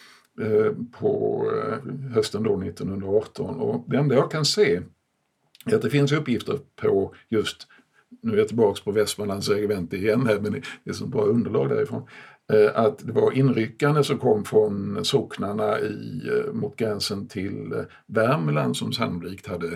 eh, på eh, hösten då nittonhundraarton, och det enda jag kan se att det finns uppgifter på just, nu är jag tillbaka på Västmanlands regemente igen här, men det är så bra underlag därifrån, att det var inryckande som kom från socknarna i, mot gränsen till Värmland som sannolikt hade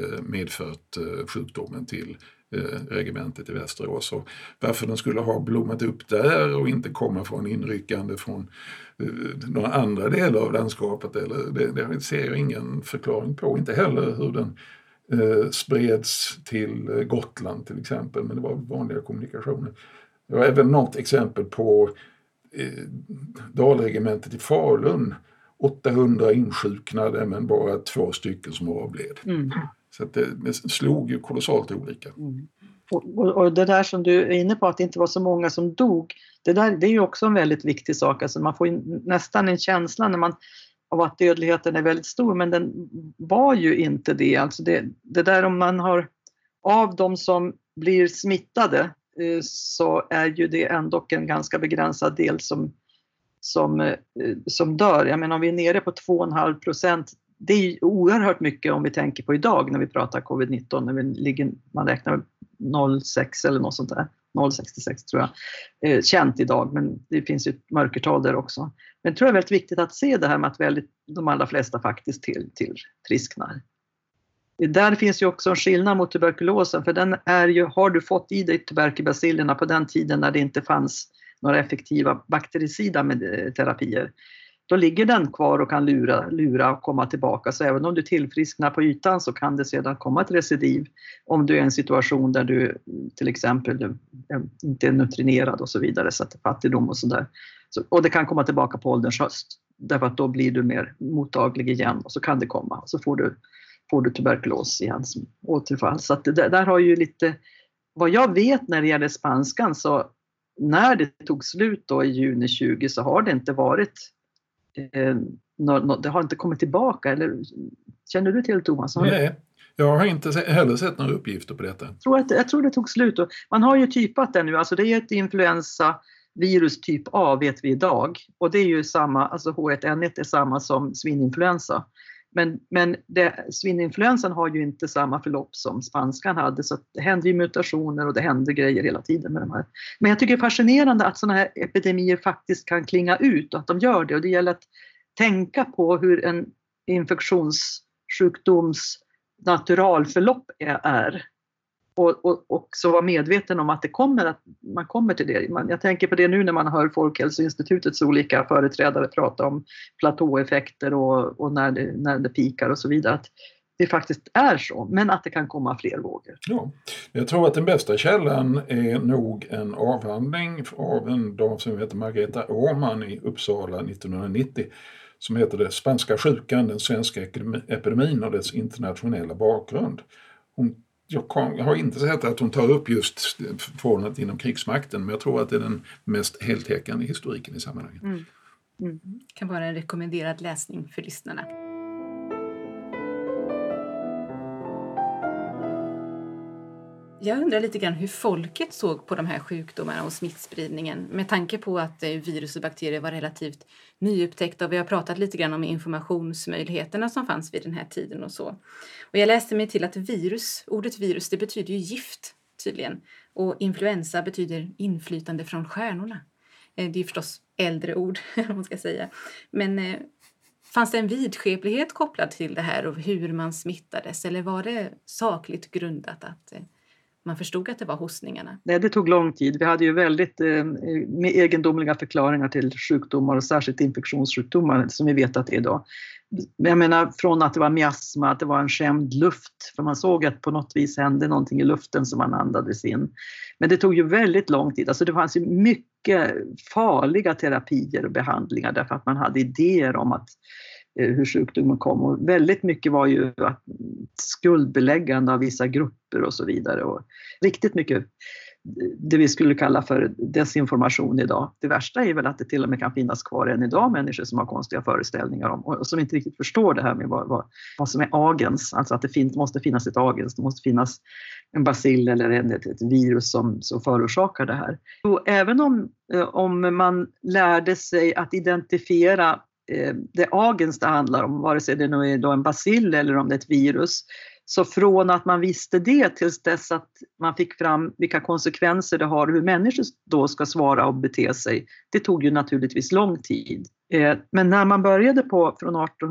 medfört sjukdomen till regementet i Västerås. Och varför den skulle ha blommat upp där och inte komma från inryckande från några andra delar av landskapet, eller, det, det ser jag ingen förklaring på. Inte heller hur den Eh, spreds till Gotland till exempel, men det var vanliga kommunikationer. Det var även något exempel på eh, Dalregementet i Falun, åttahundra insjuknade men bara två stycken som avled. Mm. Så att det, det slog ju kolossalt olika. Mm. Och, och, och det där som du är inne på, att det inte var så många som dog, det, där, det är ju också en väldigt viktig sak. Alltså man får nästan en känsla när man av att dödligheten är väldigt stor, men den var ju inte det. Alltså det, det där om man har, av de som blir smittade så är ju det ändå en ganska begränsad del som, som, som dör. Jag menar om vi är nere på två komma fem procent, det är ju oerhört mycket om vi tänker på idag när vi pratar covid nitton, när vi ligger, man räknar noll komma sex eller något sånt där. noll komma sextiosex tror jag, eh, känt idag, men det finns ju ett mörkertal där också. Men jag tror det är väldigt viktigt att se det här med att väldigt, de allra flesta faktiskt till, till frisknar. Där finns ju också en skillnad mot tuberkulosen, för den är ju, har du fått i dig tuberkulobacillerna på den tiden när det inte fanns några effektiva baktericida med terapier, då ligger den kvar och kan lura, lura och komma tillbaka. Så även om du tillfrisknar på ytan så kan det sedan komma ett recidiv om du är i en situation där du till exempel inte är nutrinerad och så vidare, så att det är fattigdom och sådär. Så, och det kan komma tillbaka på ålderns höst, därför att då blir du mer mottaglig igen och så kan det komma. Och så får du, får du tuberkulos igen som återfall. Så att det där har ju lite, vad jag vet när det gäller spanskan, så när det tog slut då i juni tjugo så har det inte varit Eh, no, no, det har inte kommit tillbaka, eller känner du till, Thomas? Har Nej, jag har inte heller sett några uppgifter på detta. Jag tror, att, jag tror det tog slut. Och man har ju typat det nu, alltså det är ett influensavirus typ A vet vi idag, och det är ju samma, alltså H ett N ett är samma som svininfluensa. Men, men det, svininfluensan har ju inte samma förlopp som spanskan hade, så det händer ju mutationer och det händer grejer hela tiden med de här. Men jag tycker det är fascinerande att sådana här epidemier faktiskt kan klinga ut och att de gör det. Och det gäller att tänka på hur en infektionssjukdoms naturalförlopp är. Och, och också vara medveten om att det kommer att, man kommer till det. Man, jag tänker på det nu när man hör Folkhälsoinstitutets olika företrädare prata om platåeffekter och, och när, det, när det pikar och så vidare. Att det faktiskt är så, men att det kan komma fler vågor. Ja, jag tror att den bästa källan är nog en avhandling av en dam som heter Margareta Åhman i Uppsala nittonhundranittio. Som heter det Spanska sjukan, den svenska epidemin och dess internationella bakgrund. Hon Jag, kan, jag har inte sett att hon tar upp just förhållandet inom krigsmakten, men jag tror att det är den mest heltäckande historiken i sammanhanget. Mm. Mm. Kan vara en rekommenderad läsning för lyssnarna. Jag undrar lite grann hur folket såg på de här sjukdomarna och smittspridningen med tanke på att virus och bakterier var relativt nyupptäckta, och vi har pratat lite grann om informationsmöjligheterna som fanns vid den här tiden och så. Och jag läste mig till att virus, ordet virus, det betyder ju gift tydligen, och influensa betyder inflytande från stjärnorna. Det är förstås äldre ord om man ska säga. Men Fanns det en vidskeplighet kopplad till det här och hur man smittades? Eller var det sakligt grundat att man förstod att det var hostningarna? Nej, det tog lång tid. Vi hade ju väldigt eh, med egendomliga förklaringar till sjukdomar och särskilt infektionssjukdomar som vi vet att det är idag. Jag menar från att det var miasma, att det var en skämd luft. För man såg att på något vis hände någonting i luften som man andades in. Men det tog ju väldigt lång tid. Alltså det fanns ju mycket farliga terapier och behandlingar därför att man hade idéer om att hur sjukdomen kom. Och väldigt mycket var ju att skuldbeläggande av vissa grupper och så vidare. Och riktigt mycket det vi skulle kalla för desinformation idag. Det värsta är väl att det till och med kan finnas kvar än idag människor som har konstiga föreställningar om och som inte riktigt förstår det här med vad, vad, vad som är agens. Alltså att det finns, måste finnas ett agens, det måste finnas en bacill eller en, ett, ett virus som, som förorsakar det här. Och även om, om man lärde sig att identifiera det agens det handlar om, vare sig det nu är då en bacill eller om det är ett virus. Så från att man visste det tills dess att man fick fram vilka konsekvenser det har och hur människor då ska svara och bete sig, det tog ju naturligtvis lång tid. Men när man började på från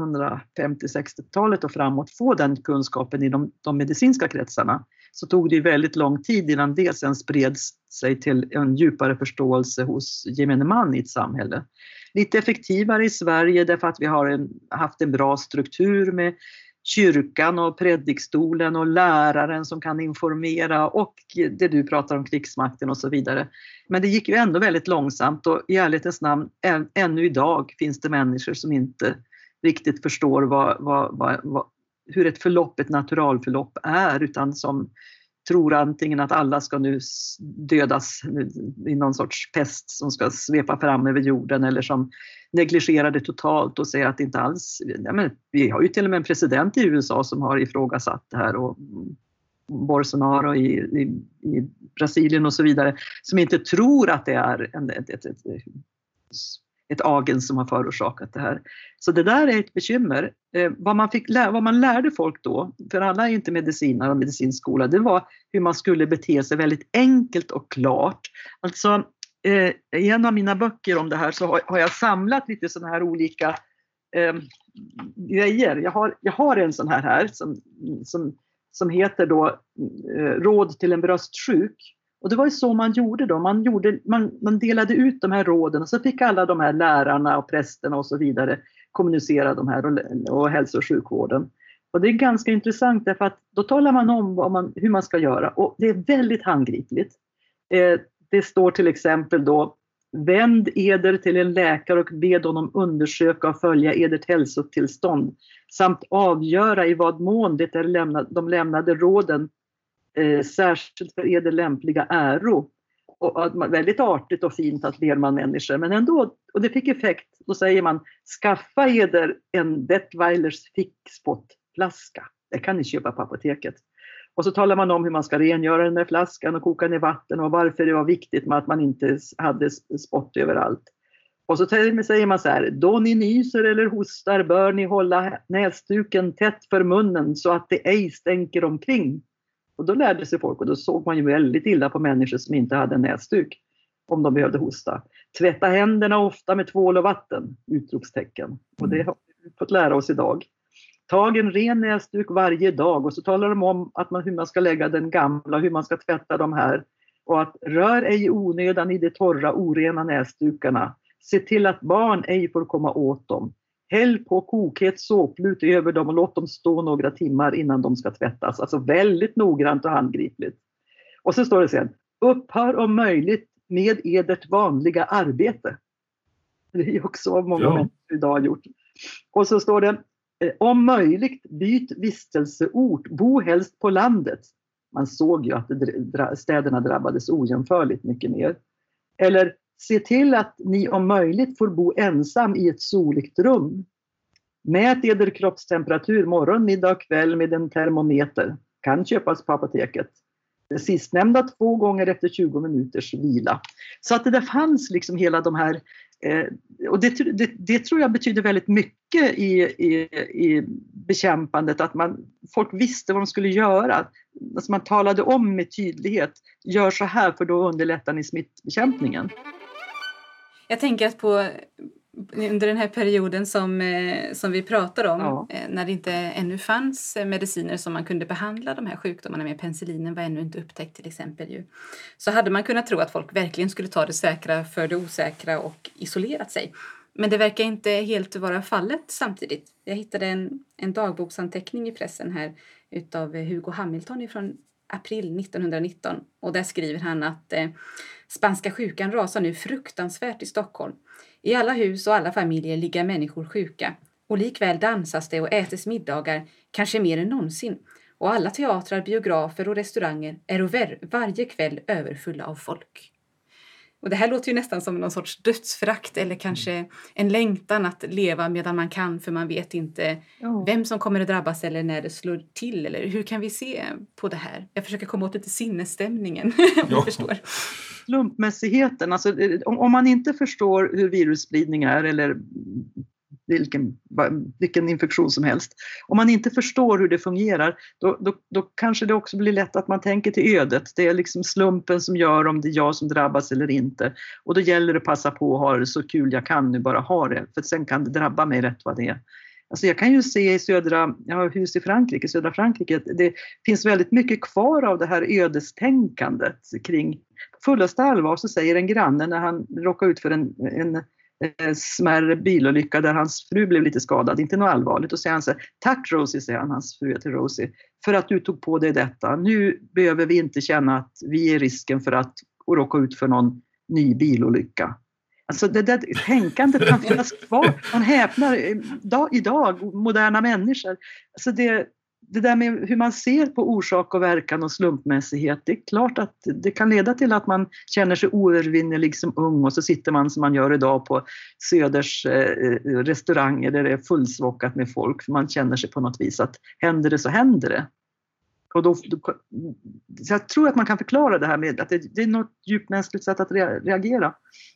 artonhundrafemtio-sextiotalet och framåt få den kunskapen i de, de medicinska kretsarna så tog det ju väldigt lång tid innan det sen spreds sig till en djupare förståelse hos gemene man i ett samhälle. Lite effektivare i Sverige därför att vi har en, haft en bra struktur med kyrkan och predikstolen och läraren som kan informera och det du pratar om, krigsmakten och så vidare. Men det gick ju ändå väldigt långsamt och i ärlighetens namn än, ännu idag finns det människor som inte riktigt förstår vad, vad, vad, vad, hur ett förlopp, ett naturalförlopp är utan som tror antingen att alla ska nu dödas i någon sorts pest som ska svepa fram över jorden eller som negligerar det totalt och säger att det inte alls... Ja, men vi har ju till och med en president i U S A som har ifrågasatt det här och Bolsonaro i, i, i Brasilien och så vidare som inte tror att det är en, ett, ett, ett, ett agens som har förorsakat det här. Så det där är ett bekymmer. Eh, vad, man fick lä- vad man lärde folk då, för alla är inte medicinare och medicinskola, det var hur man skulle bete sig väldigt enkelt och klart. Alltså eh, i en av mina böcker om det här så har, har jag samlat lite sådana här olika eh, grejer. Jag har, jag har en sån här här som, som, som heter då eh, Råd till en bröstsjuk. Och det var ju så man gjorde då. Man, gjorde, man, man delade ut de här råden och så fick alla de här lärarna och prästerna och så vidare kommunicera de här och, och hälso- och sjukvården. Och det är ganska intressant därför att då talar man om vad man, hur man ska göra och det är väldigt handgripligt. Eh, det står till exempel då: vänd eder till en läkare och be honom undersöka och följa edert hälsotillstånd samt avgöra i vad mån det är lämnad, de lämnade råden Eh, särskilt för eder lämpliga äro. Och, och väldigt artigt och fint att ber man människor. Men ändå, och det fick effekt, då säger man: skaffa eder en Detweilers fickspotflaska. Det kan ni köpa på apoteket. Och så talar man om hur man ska rengöra den där flaskan och koka ner vatten och varför det var viktigt med att man inte hade spott överallt. Och så säger man så här: då ni nyser eller hostar bör ni hålla näsduken tätt för munnen så att det ej stänker omkring. Och då lärde sig folk och då såg man ju väldigt illa på människor som inte hade en näsduk om de behövde hosta. Tvätta händerna ofta med tvål och vatten, utropstecken. Och det har vi fått lära oss idag. Tag en ren näsduk varje dag och så talar de om att man, hur man ska lägga den gamla, hur man ska tvätta de här. Och att rör ej onödan i de torra, orena näsdukarna. Se till att barn ej får komma åt dem. Häll på kokhet såplut över dem och låt dem stå några timmar innan de ska tvättas. Alltså väldigt noggrant och handgripligt. Och så står det sen: upphör om möjligt med edert vanliga arbete. Det är ju också vad många ja. människor idag har gjort. Och så står det: om möjligt byt vistelseort, bo helst på landet. Man såg ju att städerna drabbades ojämförligt mycket mer. Eller: se till att ni om möjligt får bo ensam i ett soligt rum. Mät eder kroppstemperatur morgon, middag och kväll med en termometer. Kan köpas på apoteket. Det sistnämnda två gånger efter tjugo minuters vila. Så att det där fanns liksom hela de här... Eh, och det, det, det tror jag betyder väldigt mycket i, i, i bekämpandet. Att man, folk visste vad de skulle göra. Alltså man talade om med tydlighet: gör så här för då underlättar ni smittbekämpningen. Jag tänker att på Under den här perioden som, eh, som vi pratar om, Ja. eh, när det inte ännu fanns eh, mediciner som man kunde behandla de här sjukdomarna med, penicillinen var ännu inte upptäckt till exempel ju, så hade man kunnat tro att folk verkligen skulle ta det säkra för det osäkra och isolerat sig. Men det verkar inte helt vara fallet samtidigt. Jag hittade en, en dagboksanteckning i pressen här utav Hugo Hamilton från april nittonhundranitton, och där skriver han att eh, spanska sjukan rasar nu fruktansvärt i Stockholm. I alla hus och alla familjer ligger människor sjuka, och likväl dansas det och ätes middagar, kanske mer än någonsin. Och alla teatrar, biografer och restauranger är var- varje kväll överfulla av folk. Och det här låter ju nästan som någon sorts dödsförakt eller kanske en längtan att leva medan man kan, för man vet inte Ja. vem som kommer att drabbas eller när det slår till, eller hur kan vi se på det här? Jag försöker komma åt lite sinnesstämningen, om Ja. du förstår. Slumpmässigheten, alltså, eh, om, om man inte förstår hur virusspridning är eller vilken, va- vilken infektion som helst, om man inte förstår hur det fungerar, då, då, då kanske det också blir lätt att man tänker till ödet. Det är liksom slumpen som gör om det är jag som drabbas eller inte. Och då gäller det att passa på att ha det så kul jag kan nu, bara ha det. För sen kan det drabba mig rätt vad det är. Alltså jag kan ju se i södra, jag har hus i Frankrike, södra Frankrike, det finns väldigt mycket kvar av det här ödestänkandet kring fullaste allvar. Så säger en granne när han råkade ut för en, en eh, smärre bilolycka där hans fru blev lite skadad, inte något allvarligt, och säger han så här: tack Rosie, säger han, hans fru heter Rosie, för att du tog på dig detta. Nu behöver vi inte känna att vi är risken för att råka ut för någon ny bilolycka. Alltså det där tänkandet kan finnas kvar. Man häpnar idag, moderna människor. Alltså det, det där med hur man ser på orsak och verkan och slumpmässighet, det är klart att det kan leda till att man känner sig oövervinnelig som ung, och så sitter man som man gör idag på Söders eh, restauranger där det är fullsvockat med folk, för man känner sig på något vis att händer det så händer det. Och då, då, så jag tror att man kan förklara det här med att det, det är något djupt mänskligt sätt att reagera.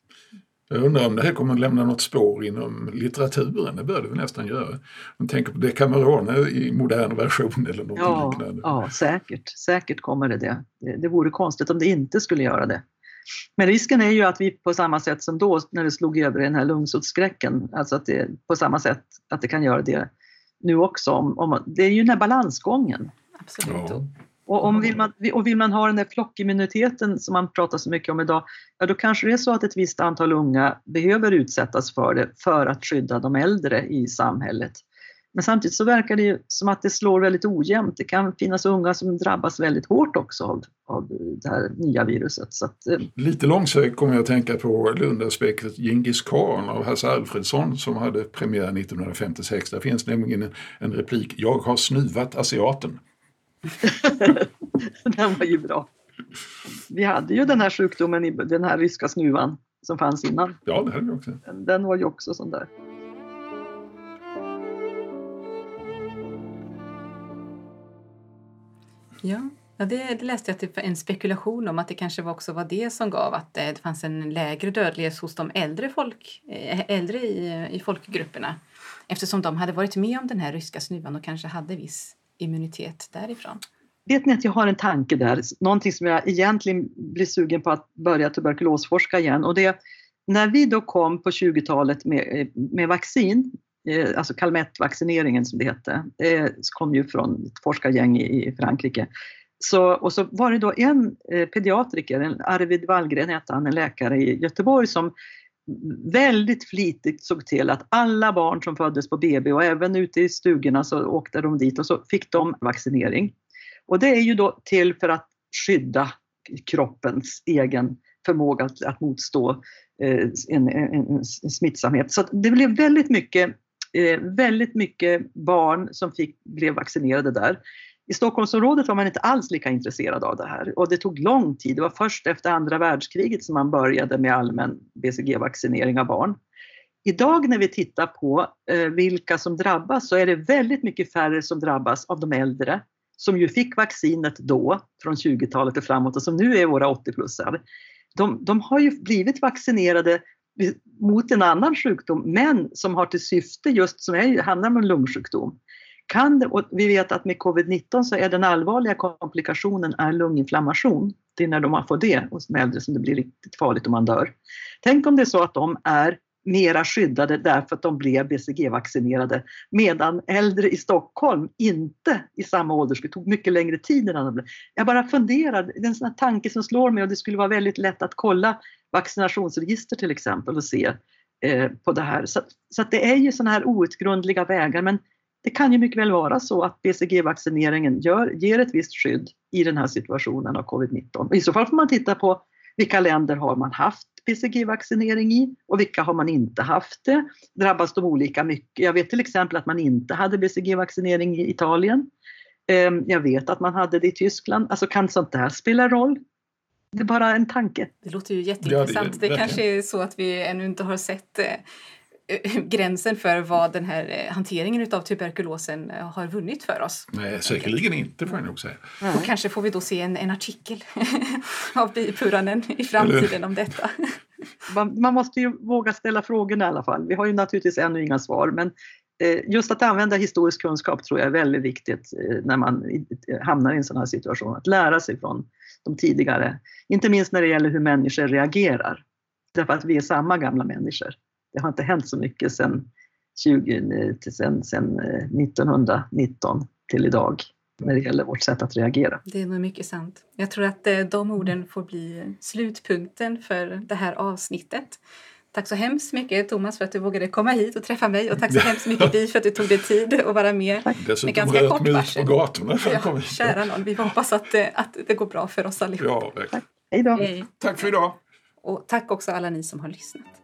Jag undrar om det här kommer att lämna något spår inom litteraturen. Det bör det väl nästan göra. Man tänker på Decamerone i modern version eller något ja, liknande. Ja, säkert. Säkert kommer det det. det. Det vore konstigt om det inte skulle göra det. Men risken är ju att vi på samma sätt som då när det slog över den här lungsotsskräcken, alltså att det på samma sätt att det kan göra det nu också. Om, om, det är ju den här balansgången. Absolut. Ja. Och, om vill man, och vill man ha den där flockimmuniteten som man pratar så mycket om idag, ja då kanske det är så att ett visst antal unga behöver utsättas för det för att skydda de äldre i samhället. Men samtidigt så verkar det ju som att det slår väldigt ojämnt. Det kan finnas unga som drabbas väldigt hårt också av, av det här nya viruset. Så att, eh. Lite långsökt kommer jag att tänka på Lundaspektet Genghis Khan av Hasse Alfredsson som hade premiär nittonhundrafemtiosex. Där finns nämligen en, en replik: jag har snuvat asiaten. Den var ju bra. Vi hade ju den här sjukdomen i den här ryska snuvan som fanns innan. Ja, det hade vi också. Den, den var ju också sån där. Ja, ja det, det läste jag att det var en spekulation om att det kanske var också var det som gav att det, det fanns en lägre dödlighet hos de äldre, folk, äldre i, i folkgrupperna. Eftersom de hade varit med om den här ryska snuvan och kanske hade viss immunitet därifrån. Vet ni att jag har en tanke där, någonting som jag egentligen blir sugen på att börja tuberkulosforska igen, och det när vi då kom på tjugotalet med, med vaccin, alltså Calmette-vaccineringen som det hette, det kom ju från ett forskargäng i, i Frankrike, så, och så var det då en pediatriker, en Arvid Wallgren hette han, en läkare i Göteborg som väldigt flitigt såg till att alla barn som föddes på B B och även ute i stugorna så åkte de dit och så fick de vaccinering. Och det är ju då till för att skydda kroppens egen förmåga att, att motstå eh, en, en, en smittsamhet. Så det blev väldigt mycket, eh, väldigt mycket barn som fick, blev vaccinerade där. I Stockholmsområdet var man inte alls lika intresserad av det här. Och det tog lång tid. Det var först efter andra världskriget som man började med allmän B C G-vaccinering av barn. Idag när vi tittar på eh, vilka som drabbas så är det väldigt mycket färre som drabbas av de äldre. Som ju fick vaccinet då, från tjugotalet och framåt, och som nu är våra åttio-plussare. De, de har ju blivit vaccinerade mot en annan sjukdom, men som har till syfte just, som är, handlar om en lungsjukdom. Kan det, och vi vet att med covid nitton så är den allvarliga komplikationen är lunginflammation. Det är när de har fått det hos de äldre som det blir riktigt farligt om man dör. Tänk om det är så att de är mera skyddade därför att de blev B C G-vaccinerade. Medan äldre i Stockholm inte i samma ålder, det tog mycket längre tid innan de blev. Jag bara funderar, det är en sån här tanke som slår mig och det skulle vara väldigt lätt att kolla vaccinationsregister till exempel och se eh, på det här. Så, så att det är ju såna här outgrundliga vägar, men det kan ju mycket väl vara så att B C G-vaccineringen gör, ger ett visst skydd i den här situationen av covid nitton. Och i så fall får man titta på vilka länder har man haft B C G-vaccinering i och vilka har man inte haft det. Drabbas de olika mycket? Jag vet till exempel att man inte hade B C G-vaccinering i Italien. Jag vet att man hade det i Tyskland. Alltså kan sånt där spela roll? Det är bara en tanke. Det låter ju jätteintressant. Ja, det, det kanske är så att vi ännu inte har sett gränsen för vad den här hanteringen av tuberkulosen har vunnit för oss. Nej, säkerligen inte får jag nog säga. Och kanske får vi då se en, en artikel av bipuranen i framtiden om detta. Man, man måste ju våga ställa frågorna i alla fall. Vi har ju naturligtvis ännu inga svar, men just att använda historisk kunskap tror jag är väldigt viktigt när man hamnar i en sån här situation. Att lära sig från de tidigare, inte minst när det gäller hur människor reagerar. Därför att vi är samma gamla människor. Det har inte hänt så mycket sedan, tjugo, sedan, sedan nittonhundranitton till idag när det gäller vårt sätt att reagera. Det är nog mycket sant. Jag tror att de orden får bli slutpunkten för det här avsnittet. Tack så hemskt mycket Thomas för att du vågade komma hit och träffa mig. Och tack så hemskt mycket Bi för att du tog dig tid att vara med. Tack. Med ganska kort varsel. På gatorna för att komma hit. Kära någon, vi hoppas att, att det går bra för oss allihopa. Ja, tack. Hej då. Hej. Tack för idag. Och tack också alla ni som har lyssnat.